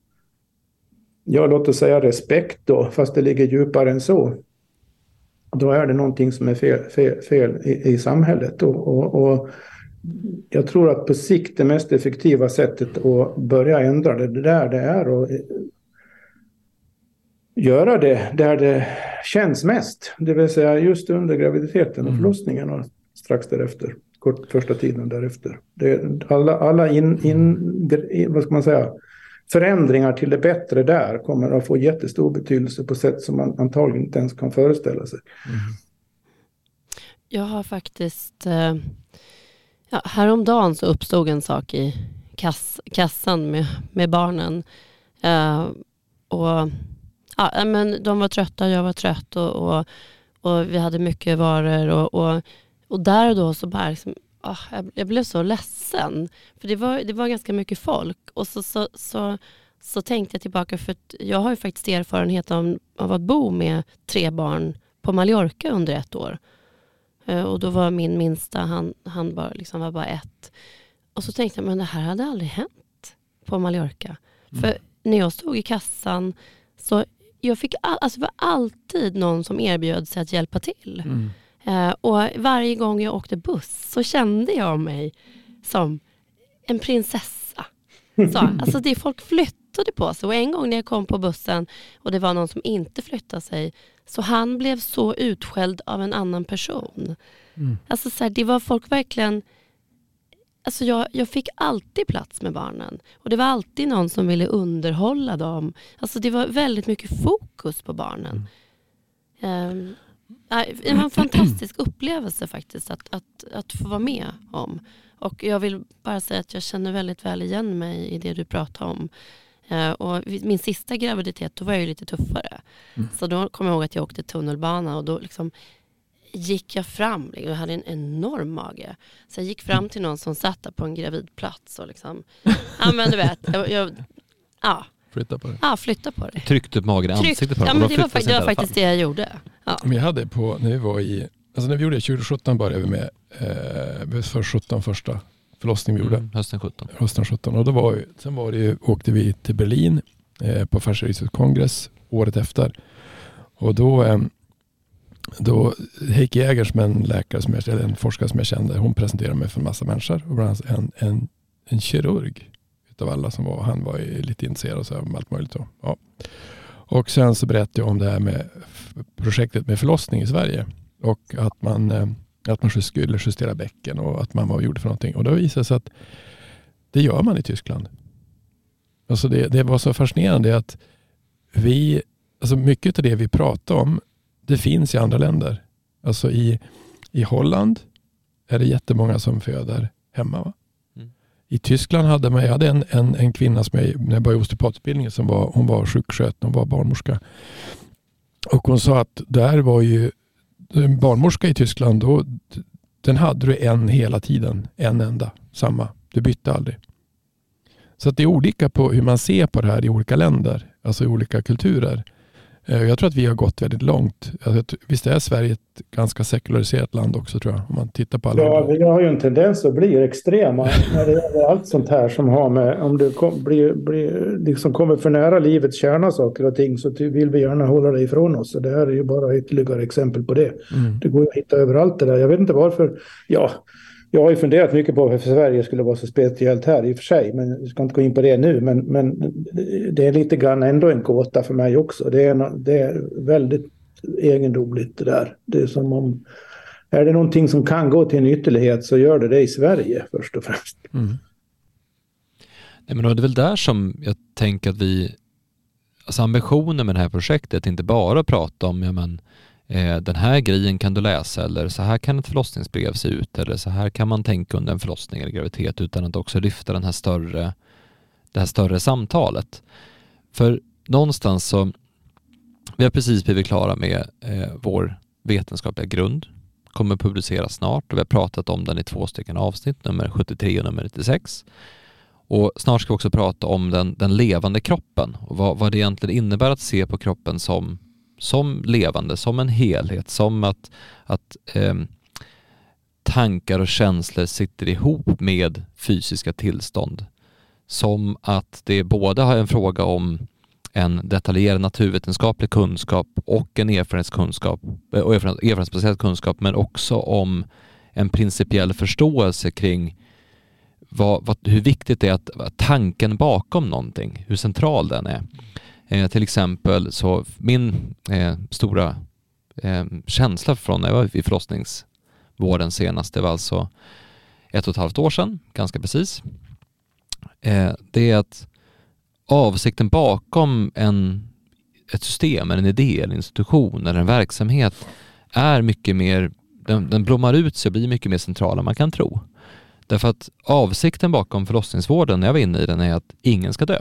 S3: ja, låt oss säga respekt då, fast det ligger djupare än så, då är det någonting som är fel, fel, fel i, i samhället. Och, och, och jag tror att på sikt det mest effektiva sättet att börja ändra det, det där det är att göra det där det känns mest. Det vill säga just under graviditeten och förlossningen och strax därefter, kort första tiden därefter. Det, alla alla in, in, in, vad ska man säga, förändringar till det bättre där kommer att få jättestor betydelse på sätt som man antagligen inte ens kan föreställa sig. Mm.
S2: Jag har faktiskt, eh, ja, häromdagen så uppstod en sak i kass, kassan med, med barnen. Eh, och ja, men de var trötta, jag var trött och, och, och vi hade mycket varor och, och, och där och då så bara liksom, oh, jag, jag blev så ledsen. För det var, det var ganska mycket folk. Och så, så, så, så tänkte jag tillbaka, för att jag har ju faktiskt erfarenhet av, av att bo med tre barn på Mallorca under ett år. Uh, och då var min minsta, han, han bara, liksom var bara ett. Och så tänkte jag, men det här hade aldrig hänt på Mallorca. Mm. För när jag stod i kassan så jag fick all, alltså det var alltid någon som erbjöd sig att hjälpa till. Mm. Uh, och varje gång jag åkte buss så kände jag mig som en prinsessa. Så, alltså det folk flyttade på sig. Och en gång när jag kom på bussen och det var någon som inte flyttade sig, så han blev så utskälld av en annan person. Mm. Alltså så här, det var folk verkligen... Alltså jag, jag fick alltid plats med barnen. Och det var alltid någon som ville underhålla dem. Alltså det var väldigt mycket fokus på barnen. Mm. Um, det var en fantastisk upplevelse faktiskt att, att, att få vara med om. Och jag vill bara säga att jag känner väldigt väl igen mig i det du pratar om. Uh, och min sista graviditet, då var jag ju lite tuffare. Mm. Så då kommer jag ihåg att jag åkte tunnelbana och då liksom gick jag fram. Jag hade en enorm mage. Så jag gick fram till någon som satt där på en gravidplats och liksom, ja men du vet, jag, jag ja.
S4: Flytta på det.
S2: Ja, flytta på det.
S1: Tryckte magen i ansiktet på det.
S2: Ja, men det var, fa- det var faktiskt det jag gjorde. Ja.
S4: Men jag hade på, när vi var i, alltså när vi gjorde tjugo sjutton började vi med eh, för sjutton första förlossning vi gjorde.
S1: Mm, hösten sjutton.
S4: Hösten sjutton. Och då var vi, sen var det ju, åkte vi till Berlin eh, på Fasciarisets kongress året efter. Och då eh, Då Heike Jäger som en läkare som jag, eller en forskare som jag kände, hon presenterade mig för en massa människor och bland annat en, en, en kirurg utav alla som var, han var ju lite intresserad och så här, allt möjligt då. Ja. Och sen så berättade jag om det här med projektet med förlossning i Sverige och att man, att man skulle justera bäcken och att man var gjorde för någonting. Och då visade det sig att det gör man i Tyskland. Alltså det, det var så fascinerande att vi, alltså mycket av det vi pratar om, det finns i andra länder. Alltså i, i Holland är det jättemånga som föder hemma. Va? Mm. I Tyskland hade man, jag hade en, en, en kvinna som jag, när jag började osteopatutbildningen, som var, hon var sjuksköterska, hon var barnmorska. Och hon sa att där var ju en barnmorska i Tyskland, då, den hade du en hela tiden, en enda, samma. Du bytte aldrig. Så att det är olika på hur man ser på det här i olika länder, alltså i olika kulturer. Jag tror att vi har gått väldigt långt. Visst är Sverige ett ganska sekulariserat land också, tror jag, om man tittar på alla.
S3: Ja, vi har ju en tendens att bli extrema när det gäller allt sånt här som har med, om det kom, blir, blir, liksom kommer för nära livets kärna saker och ting, så vill vi gärna hålla det ifrån oss. Och det här är ju bara ytterligare exempel på det. Mm. Det går att hitta överallt det där. Jag vet inte varför. Ja, jag har ju funderat mycket på varför Sverige skulle vara så speciellt här i och för sig, men jag ska inte gå in på det nu, men, men det är lite grann ändå en gåta för mig också. Det är, det är väldigt egendomligt det där. Det är som om, är det någonting som kan gå till en ytterlighet, så gör det det i Sverige först och främst.
S1: Mm. Nej, men det är väl där som jag tänker att vi, alltså ambitionen med det här projektet, inte bara prata om, ja men den här grejen kan du läsa, eller så här kan ett förlossningsbrev se ut, eller så här kan man tänka under en förlossning eller graviditet, utan att också lyfta den här större, det här större samtalet. För någonstans så, vi har precis blivit klara med eh, vår vetenskapliga grund, kommer publiceras snart, och vi har pratat om den i två stycken avsnitt, nummer sjuttiotre och nummer nittiosex. Och snart ska vi också prata om den, den levande kroppen och vad, vad det egentligen innebär att se på kroppen som som levande, som en helhet, som att, att eh, tankar och känslor sitter ihop med fysiska tillstånd. Som att det både har en fråga om en detaljerad naturvetenskaplig kunskap och en erfarenhetskunskap och erfarenhetsbaserad kunskap, men också om en principiell förståelse kring vad, vad, hur viktigt det är att tanken bakom någonting, hur central den är. Eh, till exempel så min eh, stora eh, känsla från när jag var i förlossningsvården senast, det var alltså ett och ett halvt år sedan, ganska precis. Eh, det är att avsikten bakom en, ett system, en idé, en institution eller en verksamhet är mycket mer, den, den blommar ut sig och blir mycket mer central än man kan tro. Därför att avsikten bakom förlossningsvården när jag var inne i den är att ingen ska dö.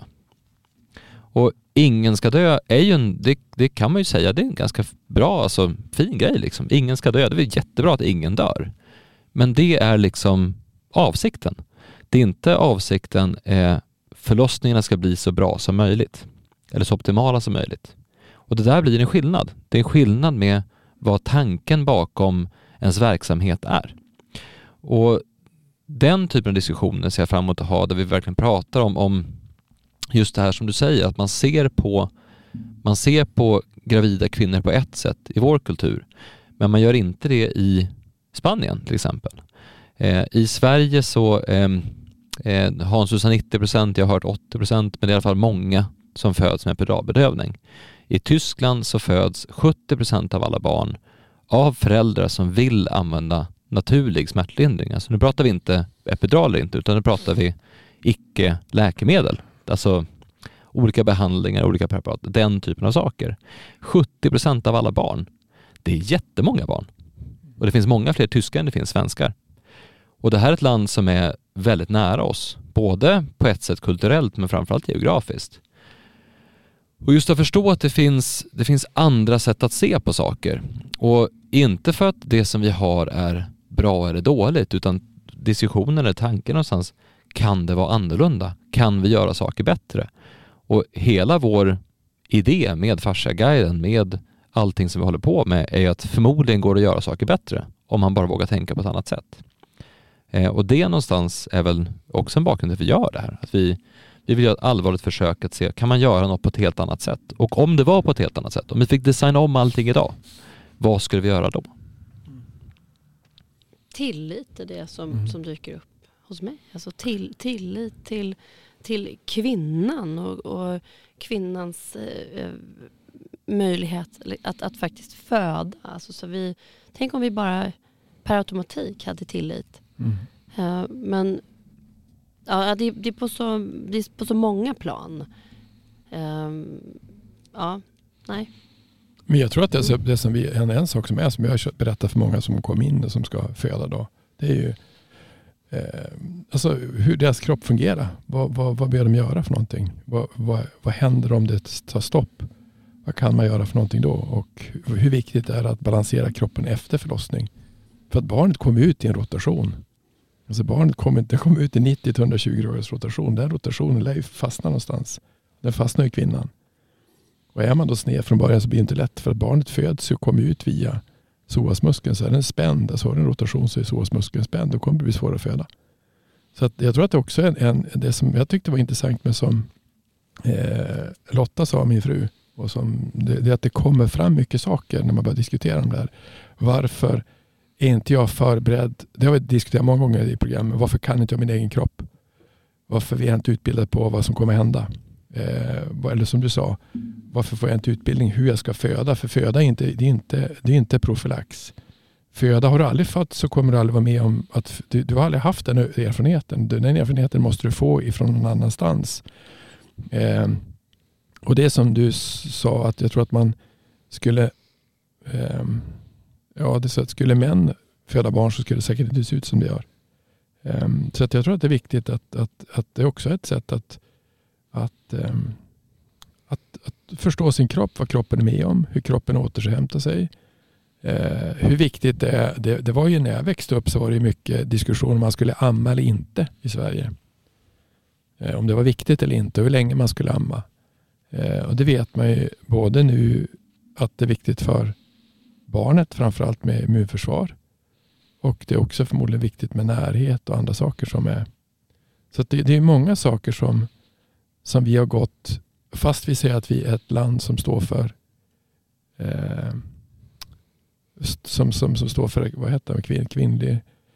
S1: Och ingen ska dö är ju en, det, det kan man ju säga, det är en ganska bra, alltså fin grej liksom. Ingen ska dö, det är jättebra att ingen dör. Men det är liksom avsikten. Det är inte avsikten, eh, förlossningarna ska bli så bra som möjligt. Eller så optimala som möjligt. Och det där blir en skillnad. Det är en skillnad med vad tanken bakom ens verksamhet är. Och den typen av diskussioner ser jag fram emot att ha, där vi verkligen pratar om, om just det här som du säger, att man ser på man ser på gravida kvinnor på ett sätt i vår kultur, men man gör inte det i Spanien till exempel. Eh, I Sverige så eh, Eh, Hans sa nittio procent, jag har hört åttio procent, men det är i alla fall många som föds med epiduralbedövning. I Tyskland så föds sjuttio procent av alla barn av föräldrar som vill använda naturlig smärtlindring. Alltså nu pratar vi inte epiduraler inte, utan nu pratar vi icke-läkemedel. Alltså olika behandlingar, olika preparat, den typen av saker. sjuttio procent av alla barn. Det är jättemånga barn. Och det finns många fler tyskar än det finns svenskar. Och det här är ett land som är väldigt nära oss. Både på ett sätt kulturellt men framförallt geografiskt. Och just att förstå att det finns, det finns andra sätt att se på saker. Och inte för att det som vi har är bra eller dåligt, utan diskussionen eller tanken någonstans, kan det vara annorlunda? Kan vi göra saker bättre? Och hela vår idé med Fasciaguiden, med allting som vi håller på med, är att förmodligen går det att göra saker bättre om man bara vågar tänka på ett annat sätt. Eh, och det någonstans är väl också en bakgrund till att vi gör det här. Att vi, vi vill göra ett allvarligt försök att se, kan man göra något på ett helt annat sätt? Och om det var på ett helt annat sätt, om vi fick designa om allting idag, vad skulle vi göra då?
S2: Tillit är det som,
S4: Mm.
S2: som dyker upp hos mig. Alltså till, tillit till, till kvinnan och, och kvinnans eh, möjlighet att, att faktiskt föda. Alltså så vi, tänk om vi bara per automatik hade tillit.
S4: Mm.
S2: Uh, men ja, det, det, är på så, det är på så många plan. Uh, ja, nej.
S4: Men jag tror att det, det som vi, en, en sak som är som jag har berättat för många som kom in och som ska föda då, det är ju eh, alltså hur deras kropp fungerar. Vad, vad, vad ber de göra för någonting? Vad, vad, vad händer om det tar stopp? Vad kan man göra för någonting då? Och hur viktigt är det att balansera kroppen efter förlossning? För att barnet kommer ut i en rotation. Alltså barnet kommer inte kommer ut i nittio till hundratjugo graders rotation. Den rotationen lär ju fastna någonstans. Den fastnar i kvinnan. Och är man då sned från början så blir det inte lätt, för att barnet föds och kommer ut via psoasmuskeln, så är den spänd. Alltså har den rotation så är psoasmuskeln spänd, då kommer det bli svårare att föda. Så att jag tror att det också är en, en, det som jag tyckte var intressant med som eh, Lotta sa, min fru, och som det, det är att det kommer fram mycket saker när man börjar diskutera dem där. Varför är inte jag förberedd? Det har vi diskuterat många gånger i programmet. Varför kan inte jag min egen kropp? Varför är jag inte utbildad på vad som kommer hända? Eh, eller som du sa, varför får jag inte utbildning hur jag ska föda? För föda är inte, det är inte, det är inte profylax. Föda, har du aldrig fått så kommer du aldrig vara med om att du, du har aldrig haft den erfarenheten. Den erfarenheten måste du få ifrån någon annanstans. Eh, och det som du sa, att jag tror att man skulle eh, ja, det så att skulle män föda barn så skulle det säkert inte se ut som det gör. Eh, så att jag tror att det är viktigt att, att, att det också är ett sätt att Att, um, att, att förstå sin kropp, vad kroppen är med om, hur kroppen återhämtar sig. Uh, hur viktigt det är. Det, det var ju när jag växte upp så var det mycket diskussion om man skulle amma eller inte i Sverige. Uh, om det var viktigt eller inte, hur länge man skulle amma. Uh, och det vet man ju både nu att det är viktigt för barnet, framförallt med immunförsvar. Och det är också förmodligen viktigt med närhet och andra saker som är. Så att det, det är många saker som som vi har gått, fast vi säger att vi är ett land som står för eh, som, som, som står för, vad heter det, kvinn, kvinnlig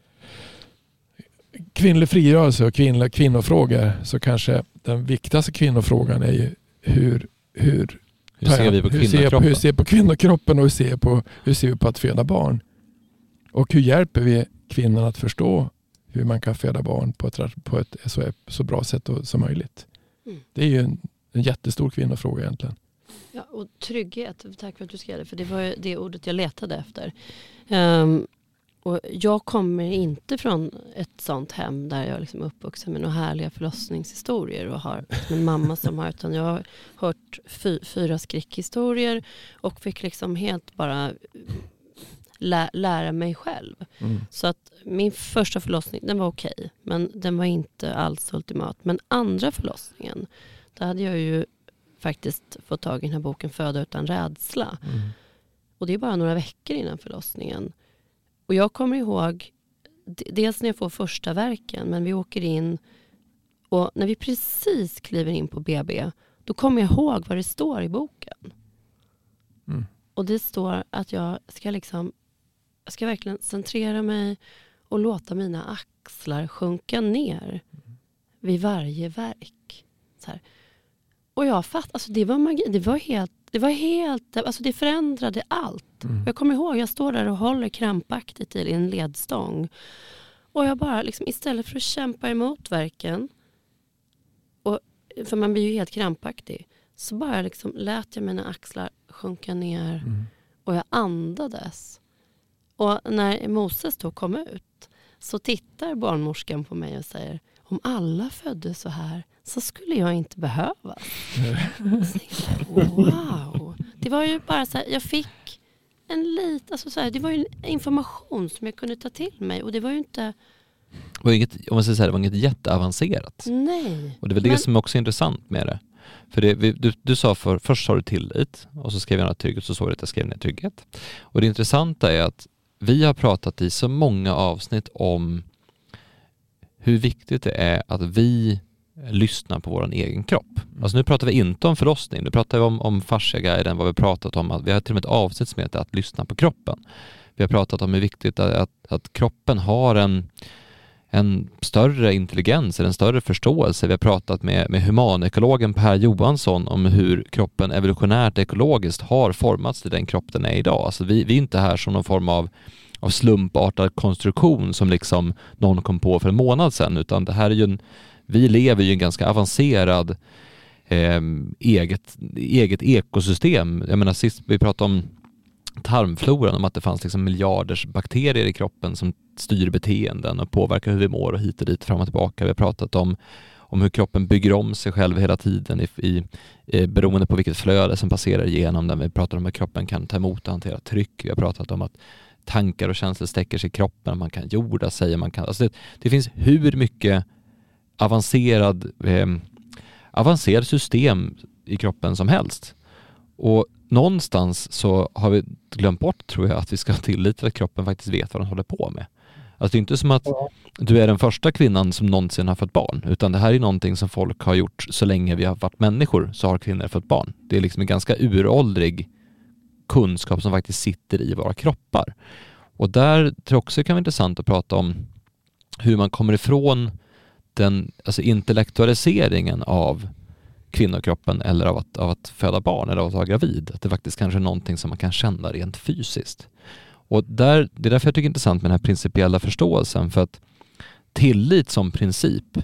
S4: kvinnlig frigörelse och kvinnliga kvinnofrågor, så kanske den viktigaste kvinnofrågan är ju hur hur,
S1: hur ser vi på
S4: hur ser, hur ser på kvinnokroppen och hur ser, på, hur ser vi på att föda barn? Och hur hjälper vi kvinnan att förstå hur man kan föda barn på ett, på ett så, så bra sätt som möjligt? Mm. Det är ju en, en jättestor kvinnofråga egentligen.
S2: Ja, och trygghet, tack för att du skrev det, för det var det ordet jag letade efter. Um, och jag kommer inte från ett sånt hem där jag liksom är uppvuxen med några härliga förlossningshistorier och har en mamma som har, utan jag har hört fy, fyra skräckhistorier och fick liksom helt bara lä, lära mig själv. Mm. Så att min första förlossning, den var okej, men den var inte alls ultimat. Men andra förlossningen, då hade jag ju faktiskt fått tag i den här boken Föda utan rädsla. Mm. Och det är bara några veckor innan förlossningen. Och jag kommer ihåg, dels när jag får första verken, men vi åker in och när vi precis kliver in på B B, då kommer jag ihåg vad det står i boken. Mm. Och det står att jag ska liksom, jag ska verkligen centrera mig och låta mina axlar sjunka ner. vid varje verk. Så här. Och jag fatt, alltså det var magi, det var helt, det var helt, alltså det förändrade allt.
S4: Mm.
S2: Jag kommer ihåg, jag står där och håller krampaktigt i en ledstång. Och jag bara liksom, istället för att kämpa emot verken, och, för man blir ju helt krampaktig, så bara liksom lät jag mina axlar sjunka ner mm. och jag andades. Och när Moses då kom ut så tittar barnmorskan på mig och säger, om alla föddes så här så skulle jag inte behöva. Wow. Det var ju bara så här, jag fick en liten, alltså så här, det var ju information som jag kunde ta till mig, och det var ju inte...
S1: Det var inget, om man säger så här, det var inget jätteavancerat.
S2: Nej.
S1: Och det är väl det
S2: Men...
S1: som är också intressant med det. För det, vi, du, du sa för, först sa du tillit, och så skrev jag ner trygghet, så såg du att jag skrev ner trygghet. Och det intressanta är att vi har pratat i så många avsnitt om hur viktigt det är att vi lyssnar på vår egen kropp. Alltså nu pratar vi inte om förlossning, nu pratar vi om, om fasciaguiden, vad vi har pratat om. Att vi har till och med ett avsnitt som heter att lyssna på kroppen. Vi har pratat om hur viktigt det är att, att kroppen har en, en större intelligens, en större förståelse. Vi har pratat med, med humanekologen Per Johansson om hur kroppen evolutionärt ekologiskt har formats till den kropp den är idag. Alltså vi, vi är inte här som någon form av av slumpartad konstruktion som liksom någon kom på för en månad sedan, utan det här är ju en, vi lever ju i en ganska avancerad eh, eget, eget ekosystem. Jag menar, sist vi pratade om tarmfloran, om att det fanns liksom miljarders bakterier i kroppen som styr beteenden och påverkar hur vi mår och hit och dit, fram och tillbaka. Vi har pratat om, om hur kroppen bygger om sig själv hela tiden i, i, i, beroende på vilket flöde som passerar igenom den. Vi pratar om hur kroppen kan ta emot och hantera tryck. Vi har pratat om att tankar och känslor stäcker sig i kroppen, man kan jorda sig, man kan, alltså det, det finns hur mycket avancerad eh, avancerad system i kroppen som helst. Och någonstans så har vi glömt bort, tror jag, att vi ska ha tillit till att kroppen faktiskt vet vad den håller på med. Alltså det är inte som att du är den första kvinnan som någonsin har fått barn, utan det här är någonting som folk har gjort så länge vi har varit människor, så har kvinnor fått barn. Det är liksom en ganska uråldrig kunskap som faktiskt sitter i våra kroppar. Och där tror jag också det kan vara intressant att prata om hur man kommer ifrån den, alltså intellektualiseringen av kvinnokroppen eller av att, av att föda barn eller av att vara gravid. Att det faktiskt kanske är någonting som man kan känna rent fysiskt. Och där, det är därför jag tycker det är intressant med den här principiella förståelsen, för att tillit som princip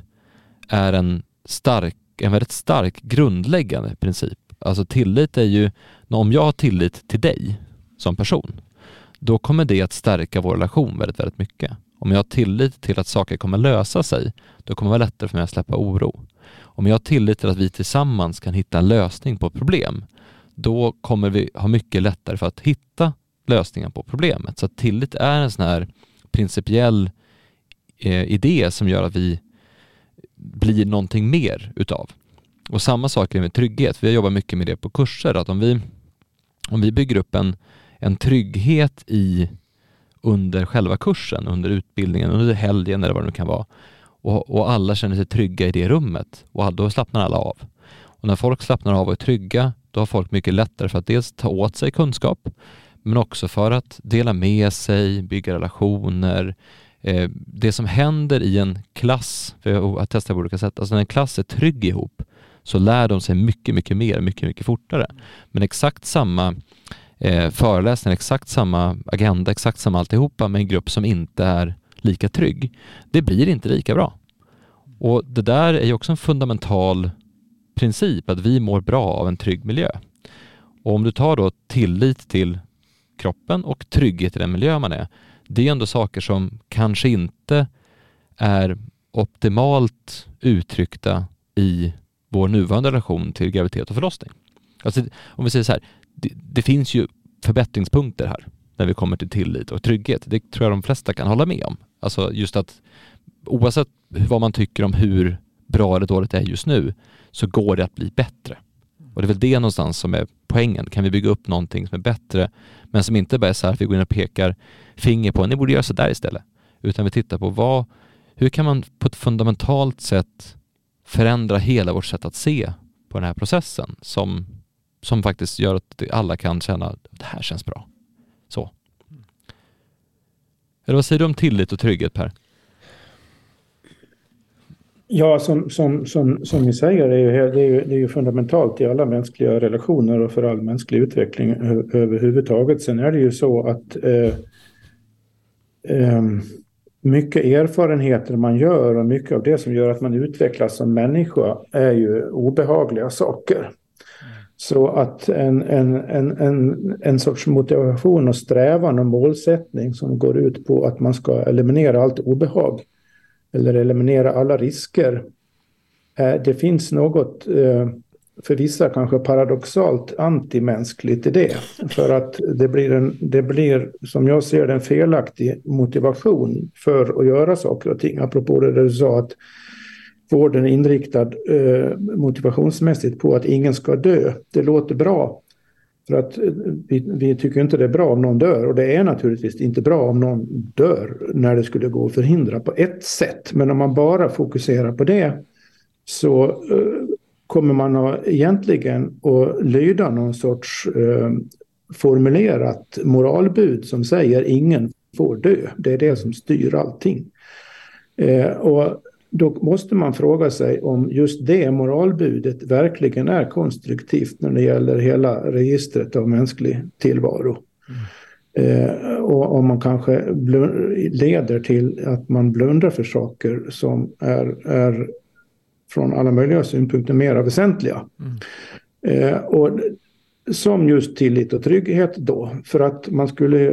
S1: är en stark, en väldigt stark grundläggande princip. Alltså tillit är ju, om jag har tillit till dig som person, då kommer det att stärka vår relation väldigt, väldigt mycket. Om jag har tillit till att saker kommer lösa sig, då kommer det vara lättare för mig att släppa oro. Om jag har tillit till att vi tillsammans kan hitta en lösning på ett problem, då kommer vi ha mycket lättare för att hitta lösningar på problemet. Så att tillit är en sån här principiell eh, idé som gör att vi blir någonting mer utav. Och samma sak är med trygghet. Vi har jobbat mycket med det på kurser. Att om vi, om vi bygger upp en, en trygghet i under själva kursen, under utbildningen, under helgen eller vad det nu kan vara. Och, och alla känner sig trygga i det rummet. Och då slappnar alla av. Och när folk slappnar av och är trygga, då har folk mycket lättare för att dels ta åt sig kunskap, men också för att dela med sig, bygga relationer. Eh, det som händer i en klass, för jag har testat på olika sätt, alltså när en klass är trygg ihop, så lär de sig mycket, mycket mer, mycket, mycket fortare. Men exakt samma eh, föreläsning, exakt samma agenda, exakt samma alltihopa med en grupp som inte är lika trygg, det blir inte lika bra. Och det där är ju också en fundamental princip, att vi mår bra av en trygg miljö. Och om du tar då tillit till kroppen och trygghet i den miljö man är, det är ändå saker som kanske inte är optimalt uttryckta i vår nuvarande relation till graviditet och förlossning. Alltså, om vi säger så här, det, det finns ju förbättringspunkter här när vi kommer till tillit och trygghet. Det tror jag de flesta kan hålla med om. Alltså just att oavsett vad man tycker om hur bra eller dåligt det är just nu, så går det att bli bättre. Och det är väl det någonstans som är poängen. Kan vi bygga upp någonting som är bättre, men som inte bara är så här att vi går in och pekar finger på, ni borde göra så där istället. Utan vi tittar på vad, hur kan man på ett fundamentalt sätt förändra hela vårt sätt att se på den här processen som, som faktiskt gör att alla kan känna att det här känns bra. Så. Eller vad säger du om tillit och trygghet, Per?
S3: Ja, som, som, som, som ni säger, det är, ju, det, är ju, det är ju fundamentalt i alla mänskliga relationer och för all mänsklig utveckling ö- överhuvudtaget. Sen är det ju så att eh, eh, mycket erfarenheter man gör och mycket av det som gör att man utvecklas som människa är ju obehagliga saker. Så att en, en, en, en, en sorts motivation och strävan och målsättning som går ut på att man ska eliminera allt obehag eller eliminera alla risker. Det finns något för vissa kanske paradoxalt antimänskligt i det. För att det blir, en, det blir som jag ser det, en felaktig motivation för att göra saker och ting. Apropå det du sa att vården är inriktad eh, motivationsmässigt på att ingen ska dö. Det låter bra. För att vi, vi tycker inte det är bra om någon dör. Och det är naturligtvis inte bra om någon dör när det skulle gå att förhindra på ett sätt. Men om man bara fokuserar på det så eh, kommer man att egentligen att lyda någon sorts eh, formulerat moralbud som säger ingen får dö. Det är det som styr allting. Eh, och då måste man fråga sig om just det moralbudet verkligen är konstruktivt när det gäller hela registret av mänsklig tillvaro. Mm. Eh, och om man kanske bl- leder till att man blundar för saker som är, är från alla möjliga synpunkter mer väsentliga. Mm. Eh, och som just tillit och trygghet då. För att man skulle...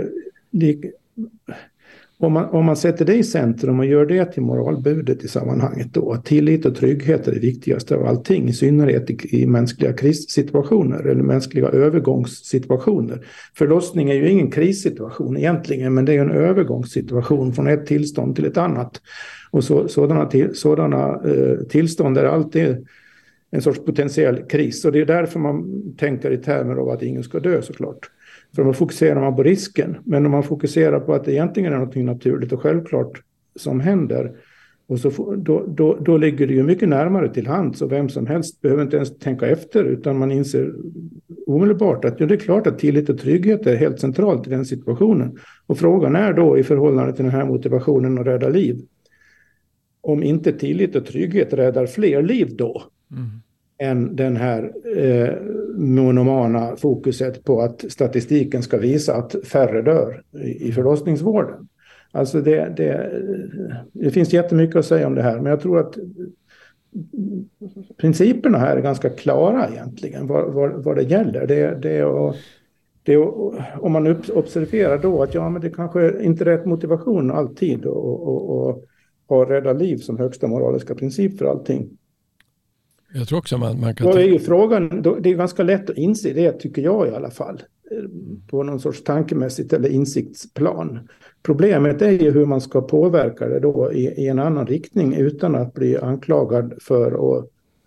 S3: Om man, om man sätter det i centrum och gör det till moralbudet i sammanhanget då, att tillit och trygghet är det viktigaste av allting, i synnerhet i, i mänskliga krissituationer eller mänskliga övergångssituationer. Förlossning är ju ingen krissituation egentligen, men det är en övergångssituation från ett tillstånd till ett annat. Och så, sådana, till, sådana eh, tillstånd är alltid en sorts potentiell kris. Och det är därför man tänker i termer av att ingen ska dö såklart. För då fokuserar man på risken. Men om man fokuserar på att det egentligen är något naturligt och självklart som händer. Och så, då, då, då ligger det ju mycket närmare till hand. Så vem som helst behöver inte ens tänka efter. Utan man inser omedelbart att ja, det är klart att tillit och trygghet är helt centralt i den situationen. Och frågan är då i förhållande till den här motivationen att rädda liv. Om inte tillit och trygghet räddar fler liv då. Mm. Än den här eh, monomana fokuset på att statistiken ska visa att färre dör i, i förlossningsvården. Alltså det, det, det finns jättemycket att säga om det här, men jag tror att principerna här är ganska klara egentligen, vad, vad, vad det gäller. Det, det är att, det är, om man observerar då att ja, men det kanske inte är rätt motivation alltid och, och, och ha rädda liv som högsta moraliska princip för allting.
S4: Jag tror också man, man kan...
S3: Då är ju frågan, det är ganska lätt att inse det, tycker jag i alla fall, på någon sorts tankemässigt eller insiktsplan. Problemet är ju hur man ska påverka det då i, i en annan riktning utan att bli anklagad för att...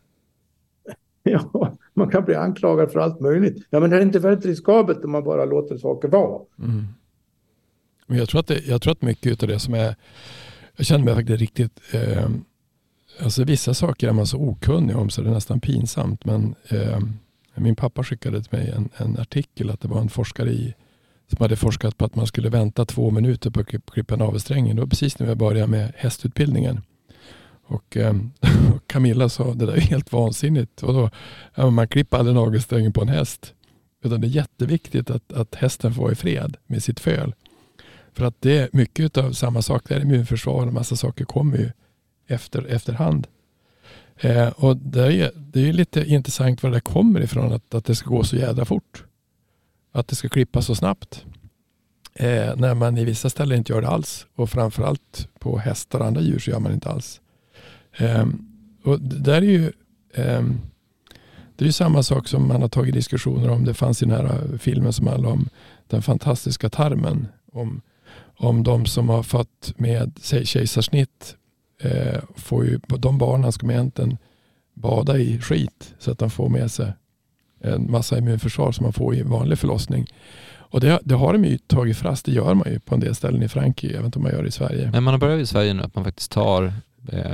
S3: Ja, man kan bli anklagad för allt möjligt. Ja, men det är inte väldigt riskabelt om man bara låter saker vara.
S4: Mm. Men jag tror att det, jag tror att mycket av det som är... Jag känner mig faktiskt riktigt... Eh, Alltså vissa saker är man så okunnig om så det är nästan pinsamt. Men eh, min pappa skickade till mig en, en artikel att det var en forskare i, som hade forskat på att man skulle vänta två minuter på att klippa navelsträngen. Det var precis när jag började med hästutbildningen. Och, eh, och Camilla sa, det där är helt vansinnigt. Och då, ja, man klipper aldrig navelsträngen på en häst. Utan det är jätteviktigt att, att hästen får i fred med sitt föl. För att det är mycket av samma sak. Det är immunförsvar och en massa saker kommer ju efter, efterhand. Eh, och det är, det är lite intressant var det kommer ifrån att, att det ska gå så jävla fort. Att det ska klippa så snabbt. Eh, när man i vissa ställen inte gör det alls. Och framförallt på hästar och andra djur så gör man inte alls. Eh, och det där är ju eh, det är ju samma sak som man har tagit diskussioner om. Det fanns i den här filmen som handlar om den fantastiska tarmen. Om, om de som har fått med säg, kejsarsnitt eh, får ju, de barnen ska man egentligen bada i skit så att de får med sig en massa immunförsvar som man får i vanlig förlossning. Och det, det har de ju tagit fast, det gör man ju på en del ställen i Frankrike, jag vet inte om man gör det i Sverige.
S1: Men man har börjat i Sverige nu att man faktiskt tar eh,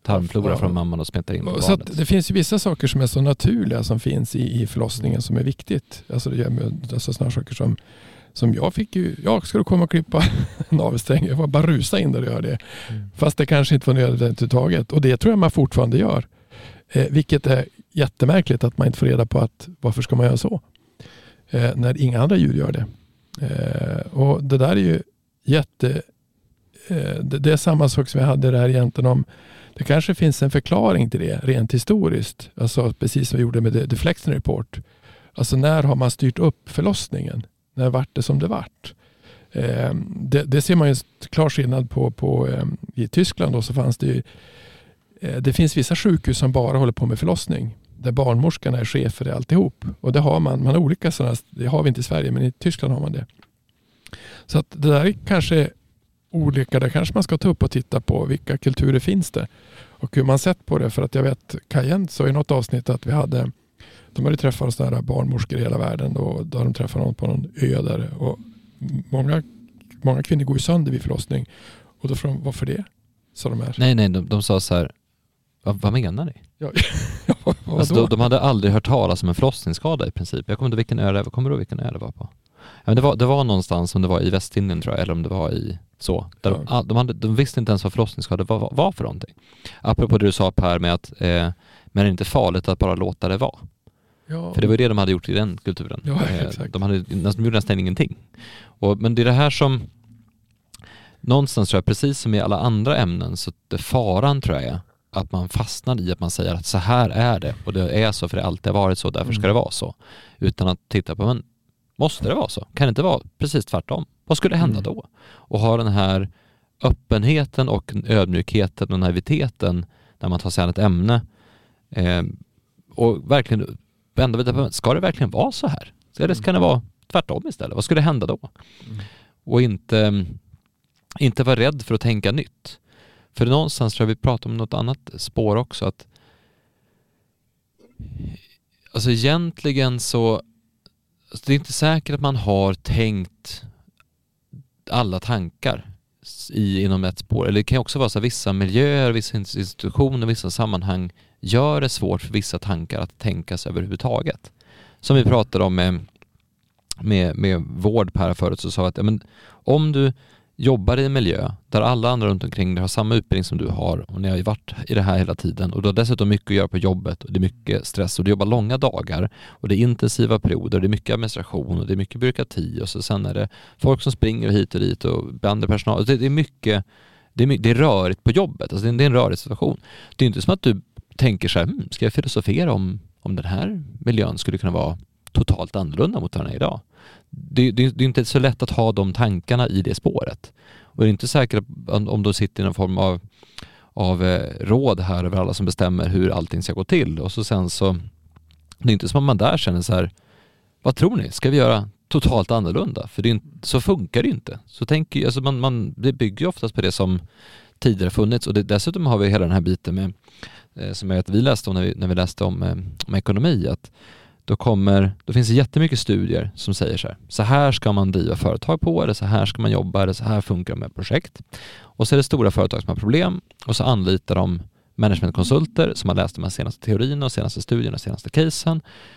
S1: tarmflora
S4: ja.
S1: från mamman och smetar in på
S4: så
S1: barnet.
S4: Att det finns ju vissa saker som är så naturliga som finns i, i förlossningen som är viktigt. Alltså det gör med alltså sådana saker som Som jag fick ju, jag skulle komma och klippa navelsträng. Jag var bara rusa in där och göra det. Mm. Fast det kanske inte var nödvändigt taget. Och det tror jag man fortfarande gör. Eh, vilket är jättemärkligt att man inte får reda på att varför ska man göra så? Eh, när inga andra djur gör det. Eh, och det där är ju jätte... Eh, det, det är samma sak som jag hade där egentligen om... Det kanske finns en förklaring till det rent historiskt. Alltså precis som vi gjorde med The, The Flexner Report. Alltså när har man styrt upp förlossningen? När vart det som det vart? Eh, det, det ser man ju klar skillnad på, på eh, i Tyskland då så fanns det ju eh, det finns vissa sjukhus som bara håller på med förlossning där barnmorskarna är chefer i alltihop och det har man, man har olika sådana, det har vi inte i Sverige men i Tyskland har man det. Så att det där är kanske olika, där kanske man ska ta upp och titta på vilka kulturer finns det och hur man sett på det, för att jag vet Kajen sa i något avsnitt att vi hade de hade träffat sådana här barnmorskor i hela världen och då har de träffat någon på någon ö där och många, många kvinnor går ju sönder vid förlossning och då frågade de varför det? Så de här.
S1: Nej, nej, de, de sa så här, vad, vad menar ni?
S4: Ja, ja, vad
S1: alltså, de, de hade aldrig hört talas om en förlossningsskada i princip. Jag kommer inte vilken ö det var, kommer du vilken ö det var på? Ja, men det, var, det var någonstans, om det var i Västindien tror jag, eller om det var i så. Där ja. de, de, hade, de visste inte ens vad förlossningsskada var, var för någonting. Apropå det du sa Per med att eh, men det är inte farligt att bara låta det vara. Ja. För det var det de hade gjort i den kulturen.
S4: Ja, exakt.
S1: De, hade, de gjorde nästan ingenting. Och, men det är det här som någonstans tror jag, precis som i alla andra ämnen, så det faran tror jag är att man fastnar i att man säger att så här är det och det är så för det alltid har varit så, därför ska det vara så. Utan att titta på, men måste det vara så? Kan det inte vara precis tvärtom? Vad skulle hända mm. då? Och ha den här öppenheten och ödmjukheten och naiviteten när man tar sig an ett ämne eh, och verkligen vända vidare på, ska det verkligen vara så här? Eller ska det vara tvärtom istället? Vad skulle hända då? Mm. Och inte, inte vara rädd för att tänka nytt. För någonstans tror jag vi pratar om något annat spår också. Att, alltså egentligen så alltså det är inte säkert att man har tänkt alla tankar i, inom ett spår. Eller det kan också vara så att vissa miljöer, vissa institutioner, vissa sammanhang gör det svårt för vissa tankar att tänkas överhuvudtaget. Som vi pratade om med, med, med vård Per förut, så sa att ja, men, om du jobbar i en miljö där alla andra runt omkring dig har samma utbildning som du har och ni har ju varit i det här hela tiden och du har dessutom mycket att göra på jobbet och det är mycket stress och du jobbar långa dagar och det är intensiva perioder, det är mycket administration och det är mycket byråkrati och så sen är det folk som springer hit och dit och behandlar personal. Det, det är mycket, det är, mycket, det är rörigt på jobbet, alltså det är, det är en rörig situation. Det är inte som att du tänker så här, hm, ska jag filosofera om, om den här miljön skulle kunna vara totalt annorlunda mot vad den är idag. Det, det, det är inte så lätt att ha de tankarna i det spåret. Och det är inte säkert om, om du sitter i någon form av, av eh, råd här över alla som bestämmer hur allting ska gå till. Och så sen så, det är inte som att man där känner så här, vad tror ni? Ska vi göra totalt annorlunda? För det är inte, så funkar det inte. Så tänk, alltså man, man, det bygger ju oftast på det som tidigare funnits. Och det, dessutom har vi hela den här biten med, eh, som jag vet att vi läste om när vi, när vi läste om, eh, om ekonomi, att Då, kommer, då finns det jättemycket studier som säger så här, så här ska man driva företag på, eller så här ska man jobba, eller så här funkar det med projekt. Och så är det stora företag som har problem och så anlitar de managementkonsulter som har läst de här senaste teorierna och senaste studierna och senaste casen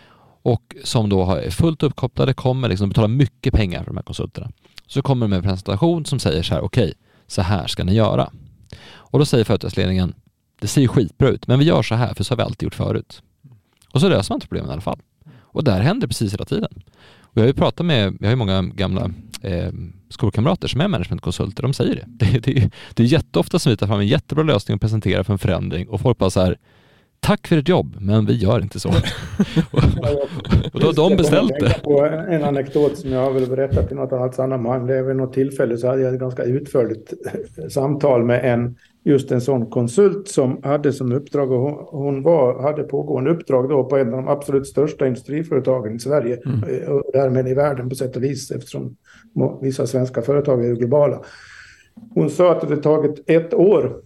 S1: och som då är fullt uppkopplade, kommer liksom betala mycket pengar för de här konsulterna. Så kommer de med en presentation som säger så här, okej, okay, så här ska ni göra. Och då säger företagsledningen, det ser ju skitbra ut, men vi gör så här för så har vi alltid gjort förut. Och så löser man inte problemen i alla fall. Och där händer precis hela tiden. Och jag har ju pratat med, jag har ju många gamla eh, skolkamrater som är managementkonsulter, de säger det. Det, det. det är jätteofta som vi tar fram en jättebra lösning och presenterar för en förändring och folk bara så här, tack för ditt jobb, men vi gör inte så. och, och då har de beställt det.
S3: På en anekdot som jag har väl berättat i något annat sammanhang, det är vid något tillfälle så hade jag ett ganska utförligt samtal med en just en sån konsult som hade som uppdrag, och hon, hon var, hade pågående uppdrag då på en av de absolut största industriföretagen i Sverige mm. och därmed i världen på sätt och vis, eftersom vissa svenska företag är globala. Hon sa att det hade tagit ett år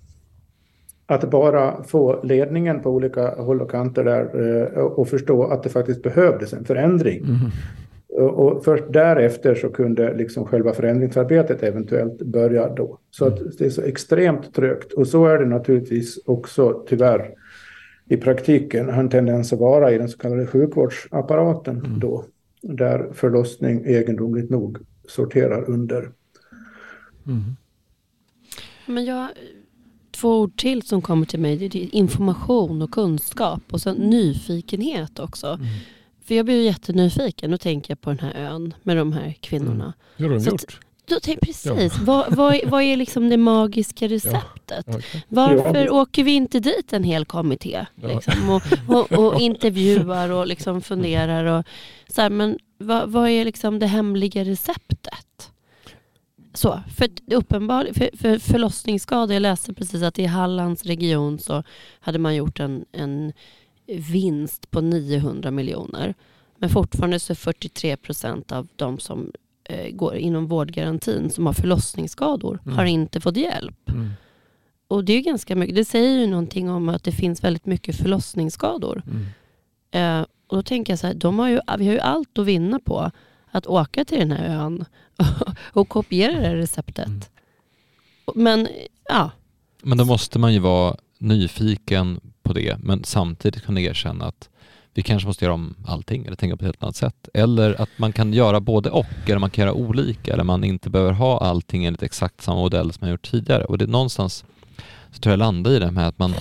S3: att bara få ledningen på olika håll och kanter där och förstå att det faktiskt behövdes en förändring. Mm. och först därefter så kunde liksom själva förändringsarbetet eventuellt börja då. Så att det är så extremt trögt. Och så är det naturligtvis också tyvärr i praktiken har en tendens att vara i den så kallade sjukvårdsapparaten mm. då. Där förlossning egendomligt nog sorterar under.
S2: Mm. Men jag, två ord till som kommer till mig, det är information och kunskap och sen nyfikenhet också. Mm. För jag blir ju jättenyfiken och tänker på den här ön med de här kvinnorna. Mm.
S4: Hur har de
S2: så
S4: gjort?
S2: Att, då tänk, precis, ja. vad, vad, är, vad är liksom det magiska receptet? Ja. Okay. Varför ja. åker vi inte dit en hel kommitté liksom, ja. och, och, och intervjuar och liksom funderar och så här, men vad, vad är liksom det hemliga receptet? Så, för uppenbarligen för, för förlossningsskador, jag läste precis att i Hallands region så hade man gjort en, en vinst på niohundra miljoner. Men fortfarande så är fyrtiotre procent av de som eh, går inom vårdgarantin som har förlossningsskador mm. har inte fått hjälp. Mm. Och det är ganska mycket, det säger ju någonting om att det finns väldigt mycket förlossningsskador. Mm. Eh, och då tänker jag så här, de har ju, vi har ju allt att vinna på att åka till den här ön och kopiera det receptet. Mm. Men ja.
S1: Men då måste man ju vara nyfiken på det, men samtidigt kunna erkänna att vi kanske måste göra om allting eller tänka på ett helt annat sätt. Eller att man kan göra både och, eller man kan göra olika, eller man inte behöver ha allting enligt exakt samma modell som man gjort tidigare. Och det är någonstans så tror jag landar i det med att man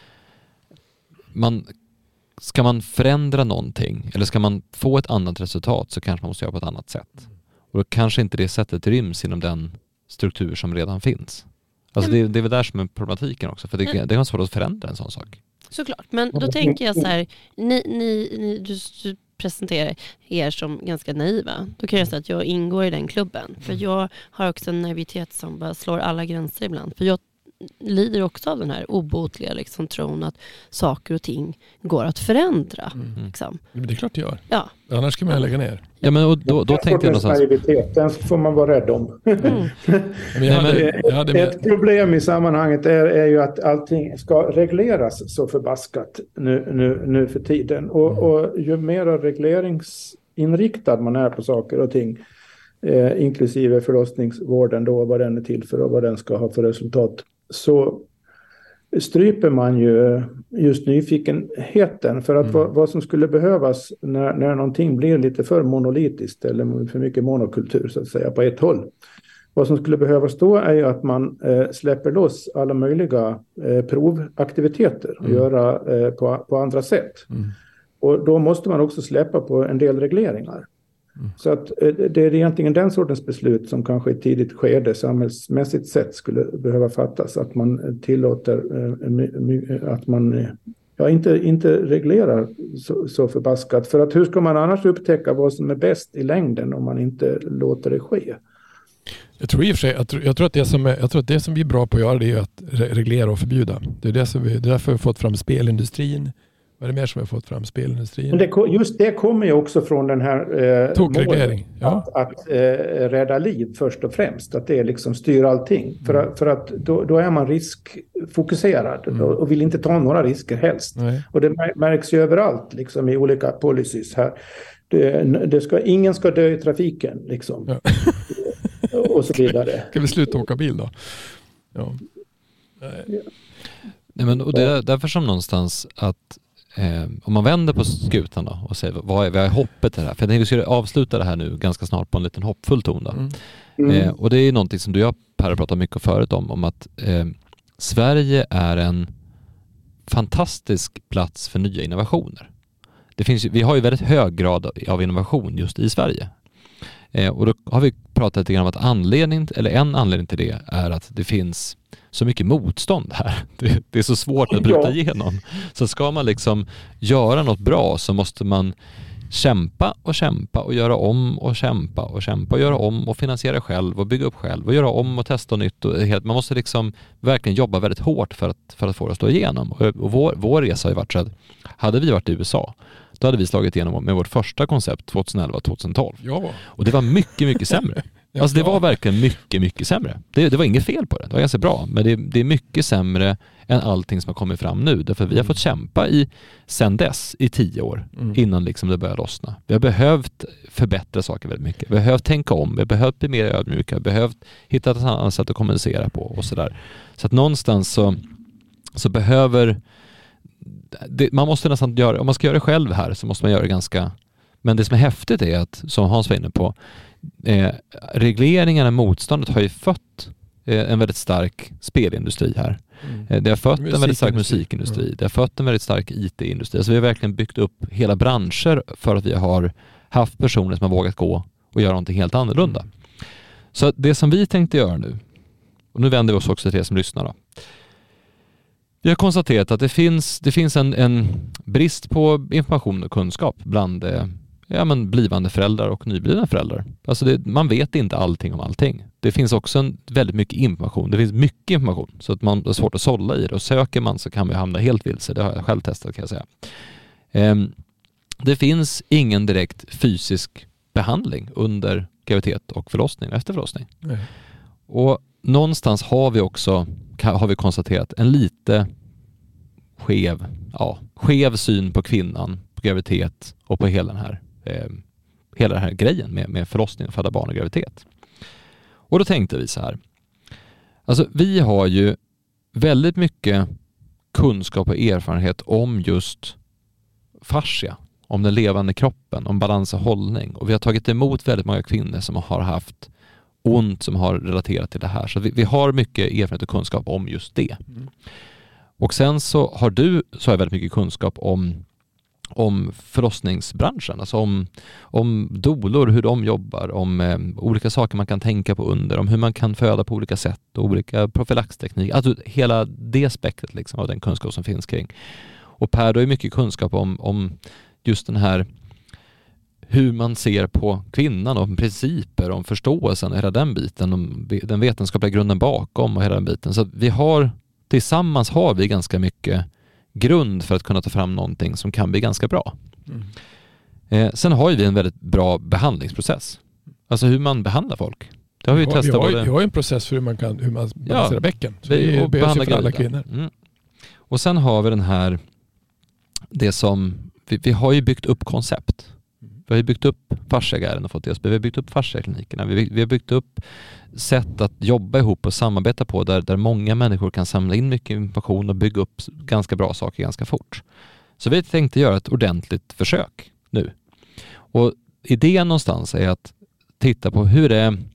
S1: man ska man förändra någonting eller ska man få ett annat resultat så kanske man måste göra på ett annat sätt. Och då kanske inte det sättet ryms inom den struktur som redan finns. Alltså det, det är väl där som är problematiken också. För det, det är svårt att förändra en sån sak.
S2: Såklart, men då tänker jag så här, ni, ni, ni, du presenterar er som ganska naiva. Då kan jag säga att jag ingår i den klubben. För jag har också en naivitet som bara slår alla gränser ibland. För jag lider också av den här obotliga liksom, tron att saker och ting går att förändra. Mm. Liksom.
S4: Det är klart det gör.
S2: Ja.
S4: Annars ska man lägga ner.
S1: Ja, men och då, då tänkte jag någonstans...
S3: Den får man vara rädd om. Mm.
S4: men jag hade, jag hade med...
S3: Ett problem i sammanhanget är, är ju att allting ska regleras så förbaskat nu, nu, nu för tiden. Och, mm. och ju mer regleringsinriktad man är på saker och ting, eh, inklusive förlossningsvården då, vad den är till för och vad den ska ha för resultat, så stryper man ju just nyfikenheten. För att mm. vad, vad som skulle behövas när, när någonting blir lite för monolitiskt eller för mycket monokultur så att säga på ett håll. Vad som skulle behövas då är ju att man eh, släpper loss alla möjliga eh, provaktiviteter och mm. göra eh, på, på andra sätt. Mm. Och då måste man också släppa på en del regleringar. Mm. Så att det är egentligen den sortens beslut som kanske i ett tidigt skede samhällsmässigt sett skulle behöva fattas. Att man tillåter att man ja, inte, inte reglerar så, så förbaskat. För att hur ska man annars upptäcka vad som är bäst i längden om man inte låter det ske?
S4: Jag tror i och för sig, jag tror, jag tror att det som är, jag tror att det som vi är bra på att göra det är att reglera och förbjuda. Det är det som vi, det är därför vi har fått fram spelindustrin. Vad är det mer som har fått fram spelindustrin?
S3: Men det, just det kommer ju också från den här eh,
S4: tokreglering. Ja.
S3: Att, att eh, rädda liv först och främst. Att det liksom styr allting. Mm. För, att, för att då, då är man riskfokuserad mm. och vill inte ta några risker helst. Nej. Och det märks ju överallt liksom, i olika policies här. Det, det ska, ingen ska dö i trafiken liksom. Ja. Och så vidare.
S4: Ska vi sluta åka bil då? Ja.
S1: Nej. Ja. Nej, men, och det är därför som någonstans att Eh, om man vänder på skutan då och säger vad är, vad är hoppet i det här? För jag tänkte vi skulle avsluta det här nu ganska snart på en liten hoppfull ton då. Mm. Mm. Eh, och det är någonting som du och jag, Per, har pratat mycket förut om, om att eh, Sverige är en fantastisk plats för nya innovationer. Det finns, vi har ju väldigt hög grad av innovation just i Sverige. Eh, och då har vi pratat lite grann om att anledning, eller en anledning till det är att det finns så mycket motstånd här. Det, det är så svårt att bryta igenom. Så ska man liksom göra något bra så måste man kämpa och kämpa och göra om och kämpa och kämpa och göra om och finansiera själv och bygga upp själv och göra om och testa nytt. Och helt, man måste liksom verkligen jobba väldigt hårt för att, för att få det att stå igenom. Och, och vår, vår resa har ju varit så att hade vi varit i U S A då hade vi slagit igenom med vårt första koncept tjugoelva tjugohundratolv.
S4: Ja.
S1: Och det var mycket, mycket sämre. Alltså det var verkligen mycket, mycket sämre. Det, det var inget fel på det. Det var ganska bra. Men det, det är mycket sämre än allting som har kommit fram nu. Därför vi har fått kämpa i, sen dess i tio år mm. innan liksom det började lossna. Vi har behövt förbättra saker väldigt mycket. Vi har behövt tänka om. Vi har behövt bli mer ödmjuka. Vi har behövt hitta ett annat sätt att kommunicera på och sådär. Så att någonstans så, så behöver det, man måste nästan göra, om man ska göra det själv här så måste man göra det ganska, men det som är häftigt är att, som Hans var inne på, eh, regleringarna, motståndet har ju fött eh, en väldigt stark spelindustri här. Mm. Eh, det har fött en väldigt stark musikindustri. Mm. Det har fött en väldigt stark I T-industri. Alltså vi har verkligen byggt upp hela branscher för att vi har haft personer som har vågat gå och göra någonting helt annorlunda. Mm. Så det som vi tänkte göra nu, och nu vänder vi oss också till er som lyssnar då. Vi har konstaterat att det finns, det finns en, en brist på information och kunskap bland eh, ja, men blivande föräldrar och nyblivna föräldrar. Alltså det, man vet inte allting om allting. Det finns också en, väldigt mycket information. Det finns mycket information så att man är svårt att sålla i det. Och söker man så kan man hamna helt vilse. Det har jag själv testat kan jag säga. Eh, det finns ingen direkt fysisk behandling under graviditet och förlossning och efter förlossning. Mm. Och någonstans har vi också har vi konstaterat en lite skev, ja, skev syn på kvinnan, på graviditet och på hela den här, eh, hela den här grejen med, med förlossning och föda barn och graviditet. Och då tänkte vi så här. Alltså vi har ju väldigt mycket kunskap och erfarenhet om just fascia, om den levande kroppen, om balans och hållning. Och vi har tagit emot väldigt många kvinnor som har haft ont som har relaterat till det här. Så vi, vi har mycket erfarenhet och kunskap om just det. Mm. Och sen så har du så har väldigt mycket kunskap om, om förlossningsbranschen. Alltså om, om dolor, hur de jobbar, om eh, olika saker man kan tänka på under, om hur man kan föda på olika sätt och olika profylaxteknik. Alltså hela det spektret liksom, av den kunskap som finns kring. Och Per, du har ju mycket kunskap om, om just den här hur man ser på kvinnan, om principer, om förståelsen, hela den biten, om den vetenskapliga grunden bakom och hela den biten. Så vi har, tillsammans har vi ganska mycket grund för att kunna ta fram någonting som kan bli ganska bra. Mm. Eh, sen har ju vi en väldigt bra behandlingsprocess. Alltså hur man behandlar folk. Det har vi, vi har, testat. Vi har, både... vi har
S4: en process för hur man, kan, hur man balanserar ja, bäcken. Så
S1: vi,
S4: det behövs för alla kvinnor. Mm.
S1: Och sen har vi den här, det som, vi, vi har ju byggt upp koncept. Vi har byggt upp fasciaguiden och fått D S B. Vi har byggt upp fasciaklinikerna. Vi, vi har byggt upp sätt att jobba ihop och samarbeta på där, där många människor kan samla in mycket information och bygga upp ganska bra saker ganska fort. Så vi tänkte göra ett ordentligt försök nu. Och idén någonstans är att titta på hur det är,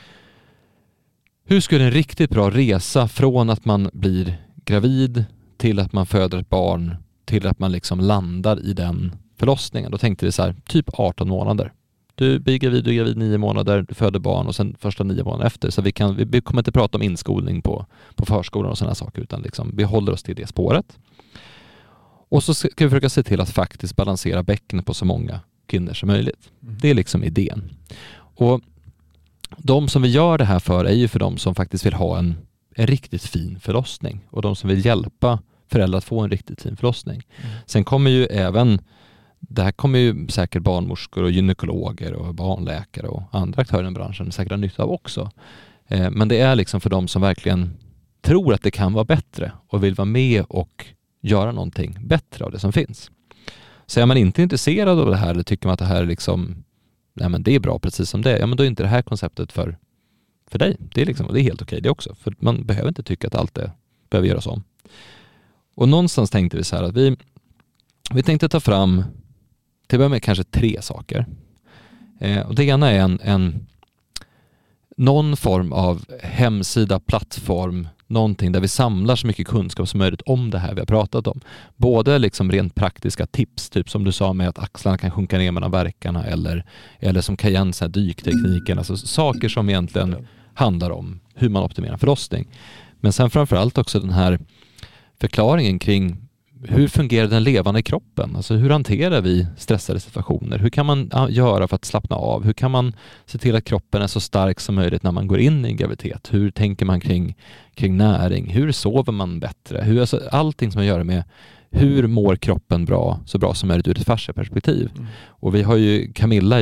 S1: hur skulle en riktigt bra resa från att man blir gravid till att man föder ett barn till att man liksom landar i den förlossningen. Då tänkte vi så här, typ arton månader. Du blir gravid, du är gravid nio månader, du föder barn och sen första nio månader efter. Så vi, kan, vi kommer inte prata om inskolning på, på förskolan och sådana saker, utan liksom, vi håller oss till det spåret. Och så ska vi försöka se till att faktiskt balansera bäcken på så många kvinnor som möjligt. Mm. Det är liksom idén. Och de som vi gör det här för är ju för de som faktiskt vill ha en, en riktigt fin förlossning. Och de som vill hjälpa föräldrar att få en riktigt fin förlossning. Mm. Sen kommer ju även det här kommer ju säkert barnmorskor och gynekologer och barnläkare och andra aktörer i branschen säkert ha nytta av också. Eh, men det är liksom för de som verkligen tror att det kan vara bättre och vill vara med och göra någonting bättre av det som finns. Så är man inte intresserad av det här eller tycker man att det här är liksom, nej men det är bra precis som det är, ja men då är inte det här konceptet för, för dig. Det är, liksom, det är helt okej det också. För man behöver inte tycka att allt det behöver göras om. Och någonstans tänkte vi så här att vi, vi tänkte ta fram till att börja med kanske tre saker. Eh, och det ena är en, en någon form av hemsida, plattform, någonting där vi samlar så mycket kunskap som möjligt om det här vi har pratat om. Både liksom rent praktiska tips, typ som du sa med att axlarna kan sjunka ner mellan verkarna eller, eller som Cayenne, så här dyktekniken, alltså saker som egentligen handlar om hur man optimerar förlossning. Men sen framförallt också den här förklaringen kring hur fungerar den levande kroppen? Alltså hur hanterar vi stressade situationer? Hur kan man göra för att slappna av? Hur kan man se till att kroppen är så stark som möjligt när man går in i en graviditet? Hur tänker man kring, kring näring? Hur sover man bättre? Hur, alltså, allting som man gör med hur mår kroppen bra, så bra som möjligt ur ett fasciaperspektiv. Mm. Och vi har ju, Camilla är ju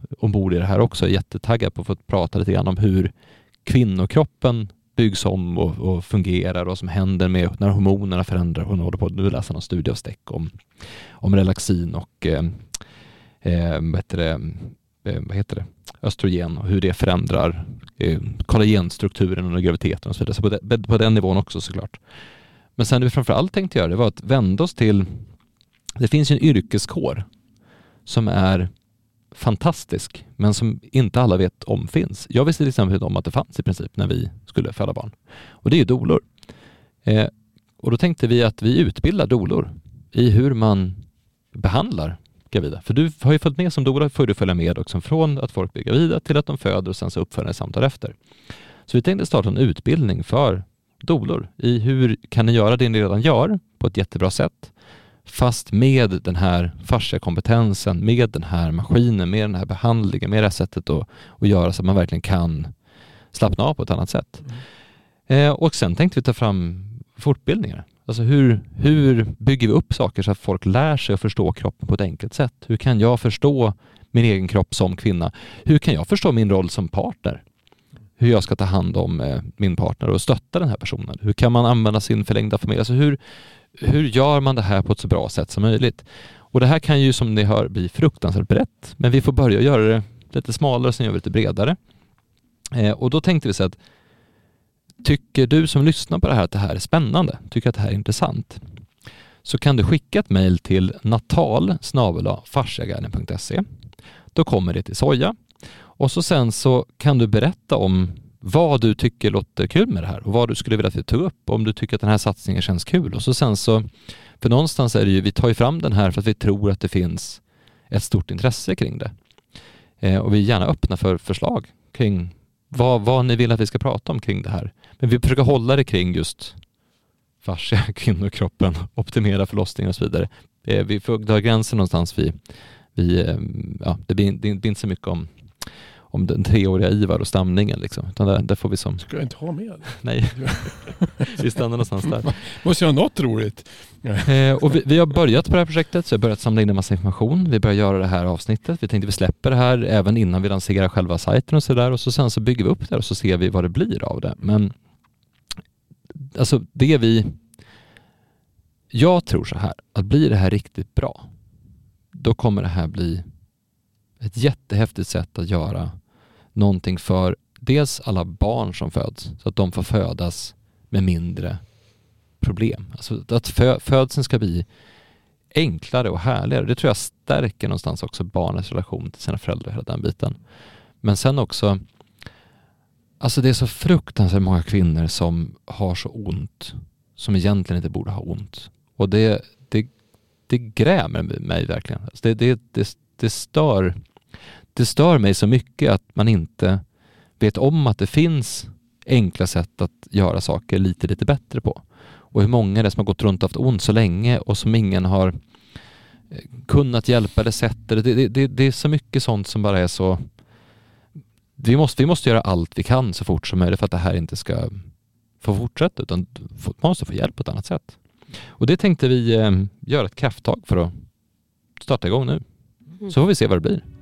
S1: ombord i det här också. Jättetaggad på att få prata lite grann om hur kvinnokroppen byggs om och, och fungerar och vad som händer med när hormonerna förändrar. Hon håller på nu läsa någon studie av Steck om, om relaxin och eh, eh, vad heter det, eh, vad heter det? östrogen och hur det förändrar eh, kollagenstrukturen under graviditeten och så vidare. Så på, de, på den nivån också såklart. Men sen det vi framförallt tänkte göra det var att vända oss till, det finns ju en yrkeskår som är fantastisk men som inte alla vet om finns. Jag visste till exempel om att det fanns i princip när vi skulle föda barn. Och det är ju dolor. Eh, och då tänkte vi att vi utbildar dolor i hur man behandlar gravida. För du har ju följt med som doula, får du följa med också från att folk blir gravida till att de föder och sen så uppföljande samtal efter. Så vi tänkte starta en utbildning för dolor i hur kan ni göra det ni redan gör på ett jättebra sätt fast med den här fasciakompetensen, med den här maskinen, med den här behandlingen, med det här sättet att, att göra så att man verkligen kan slappna av på ett annat sätt. Mm. Eh, och sen tänkte vi ta fram fortbildningar. Alltså hur, hur bygger vi upp saker så att folk lär sig att förstå kroppen på ett enkelt sätt? Hur kan jag förstå min egen kropp som kvinna? Hur kan jag förstå min roll som partner? Hur jag ska ta hand om eh, min partner och stötta den här personen? Hur kan man använda sin förlängda familj? Alltså hur, hur gör man det här på ett så bra sätt som möjligt? Och det här kan ju som ni hör bli fruktansvärt brett. Men vi får börja göra det lite smalare och sen gör vi lite bredare. Eh, och då tänkte vi så att tycker du som lyssnar på det här att det här är spännande, tycker att det här är intressant, så kan du skicka ett mejl till natal snabel-a fasciaguiden punkt se. Då kommer det till Soja. Och så sen så kan du berätta om vad du tycker låter kul med det här och vad du skulle vilja att vi tog upp, om du tycker att den här satsningen känns kul. Och så sen så, för någonstans är det ju, vi tar ju fram den här för att vi tror att det finns ett stort intresse kring det. Eh, och vi är gärna öppna för förslag kring vad, vad ni vill att vi ska prata om kring det här. Men vi försöker hålla det kring just fascia, kvinnokroppen, optimera förlossningen och så vidare. Eh, vi får dra gränsen någonstans. Vi, vi, eh, ja, det blir, det blir inte så mycket om om den treåriga Ivar och stamningen liksom. Utan där, där får vi som...
S4: Ska jag inte ha med?
S1: Nej. Vi stannar någonstans där.
S4: Måste jag ha något roligt?
S1: eh, och vi, vi har börjat på det här projektet, så jag har börjat samla in en massa information. Vi börjar göra det här avsnittet. Vi tänkte vi släpper det här även innan vi lanserar själva sajten och sådär. Och så sen så bygger vi upp det och så ser vi vad det blir av det. Men alltså det vi... Jag tror så här, att blir det här riktigt bra, då kommer det här bli ett jättehäftigt sätt att göra någonting för dels alla barn som föds, så att de får födas med mindre problem. Alltså att fö- födseln ska bli enklare och härligare. Det tror jag stärker någonstans också barnets relation till sina föräldrar, hela den biten. Men sen också, alltså det är så fruktansvärt många kvinnor som har så ont som egentligen inte borde ha ont. Och det, det, det grämer mig verkligen. Alltså det, det, det, det stör Det stör mig så mycket att man inte vet om att det finns enkla sätt att göra saker lite, lite bättre på. Och hur många det är som har gått runt och haft ont så länge och som ingen har kunnat hjälpa eller sett. Det, det, det, det är så mycket sånt som bara är så... Vi måste, vi måste göra allt vi kan så fort som möjligt för att det här inte ska få fortsätta, utan man måste få hjälp på ett annat sätt. Och det tänkte vi eh, göra ett krafttag för att starta igång nu. Så får vi se vad det blir.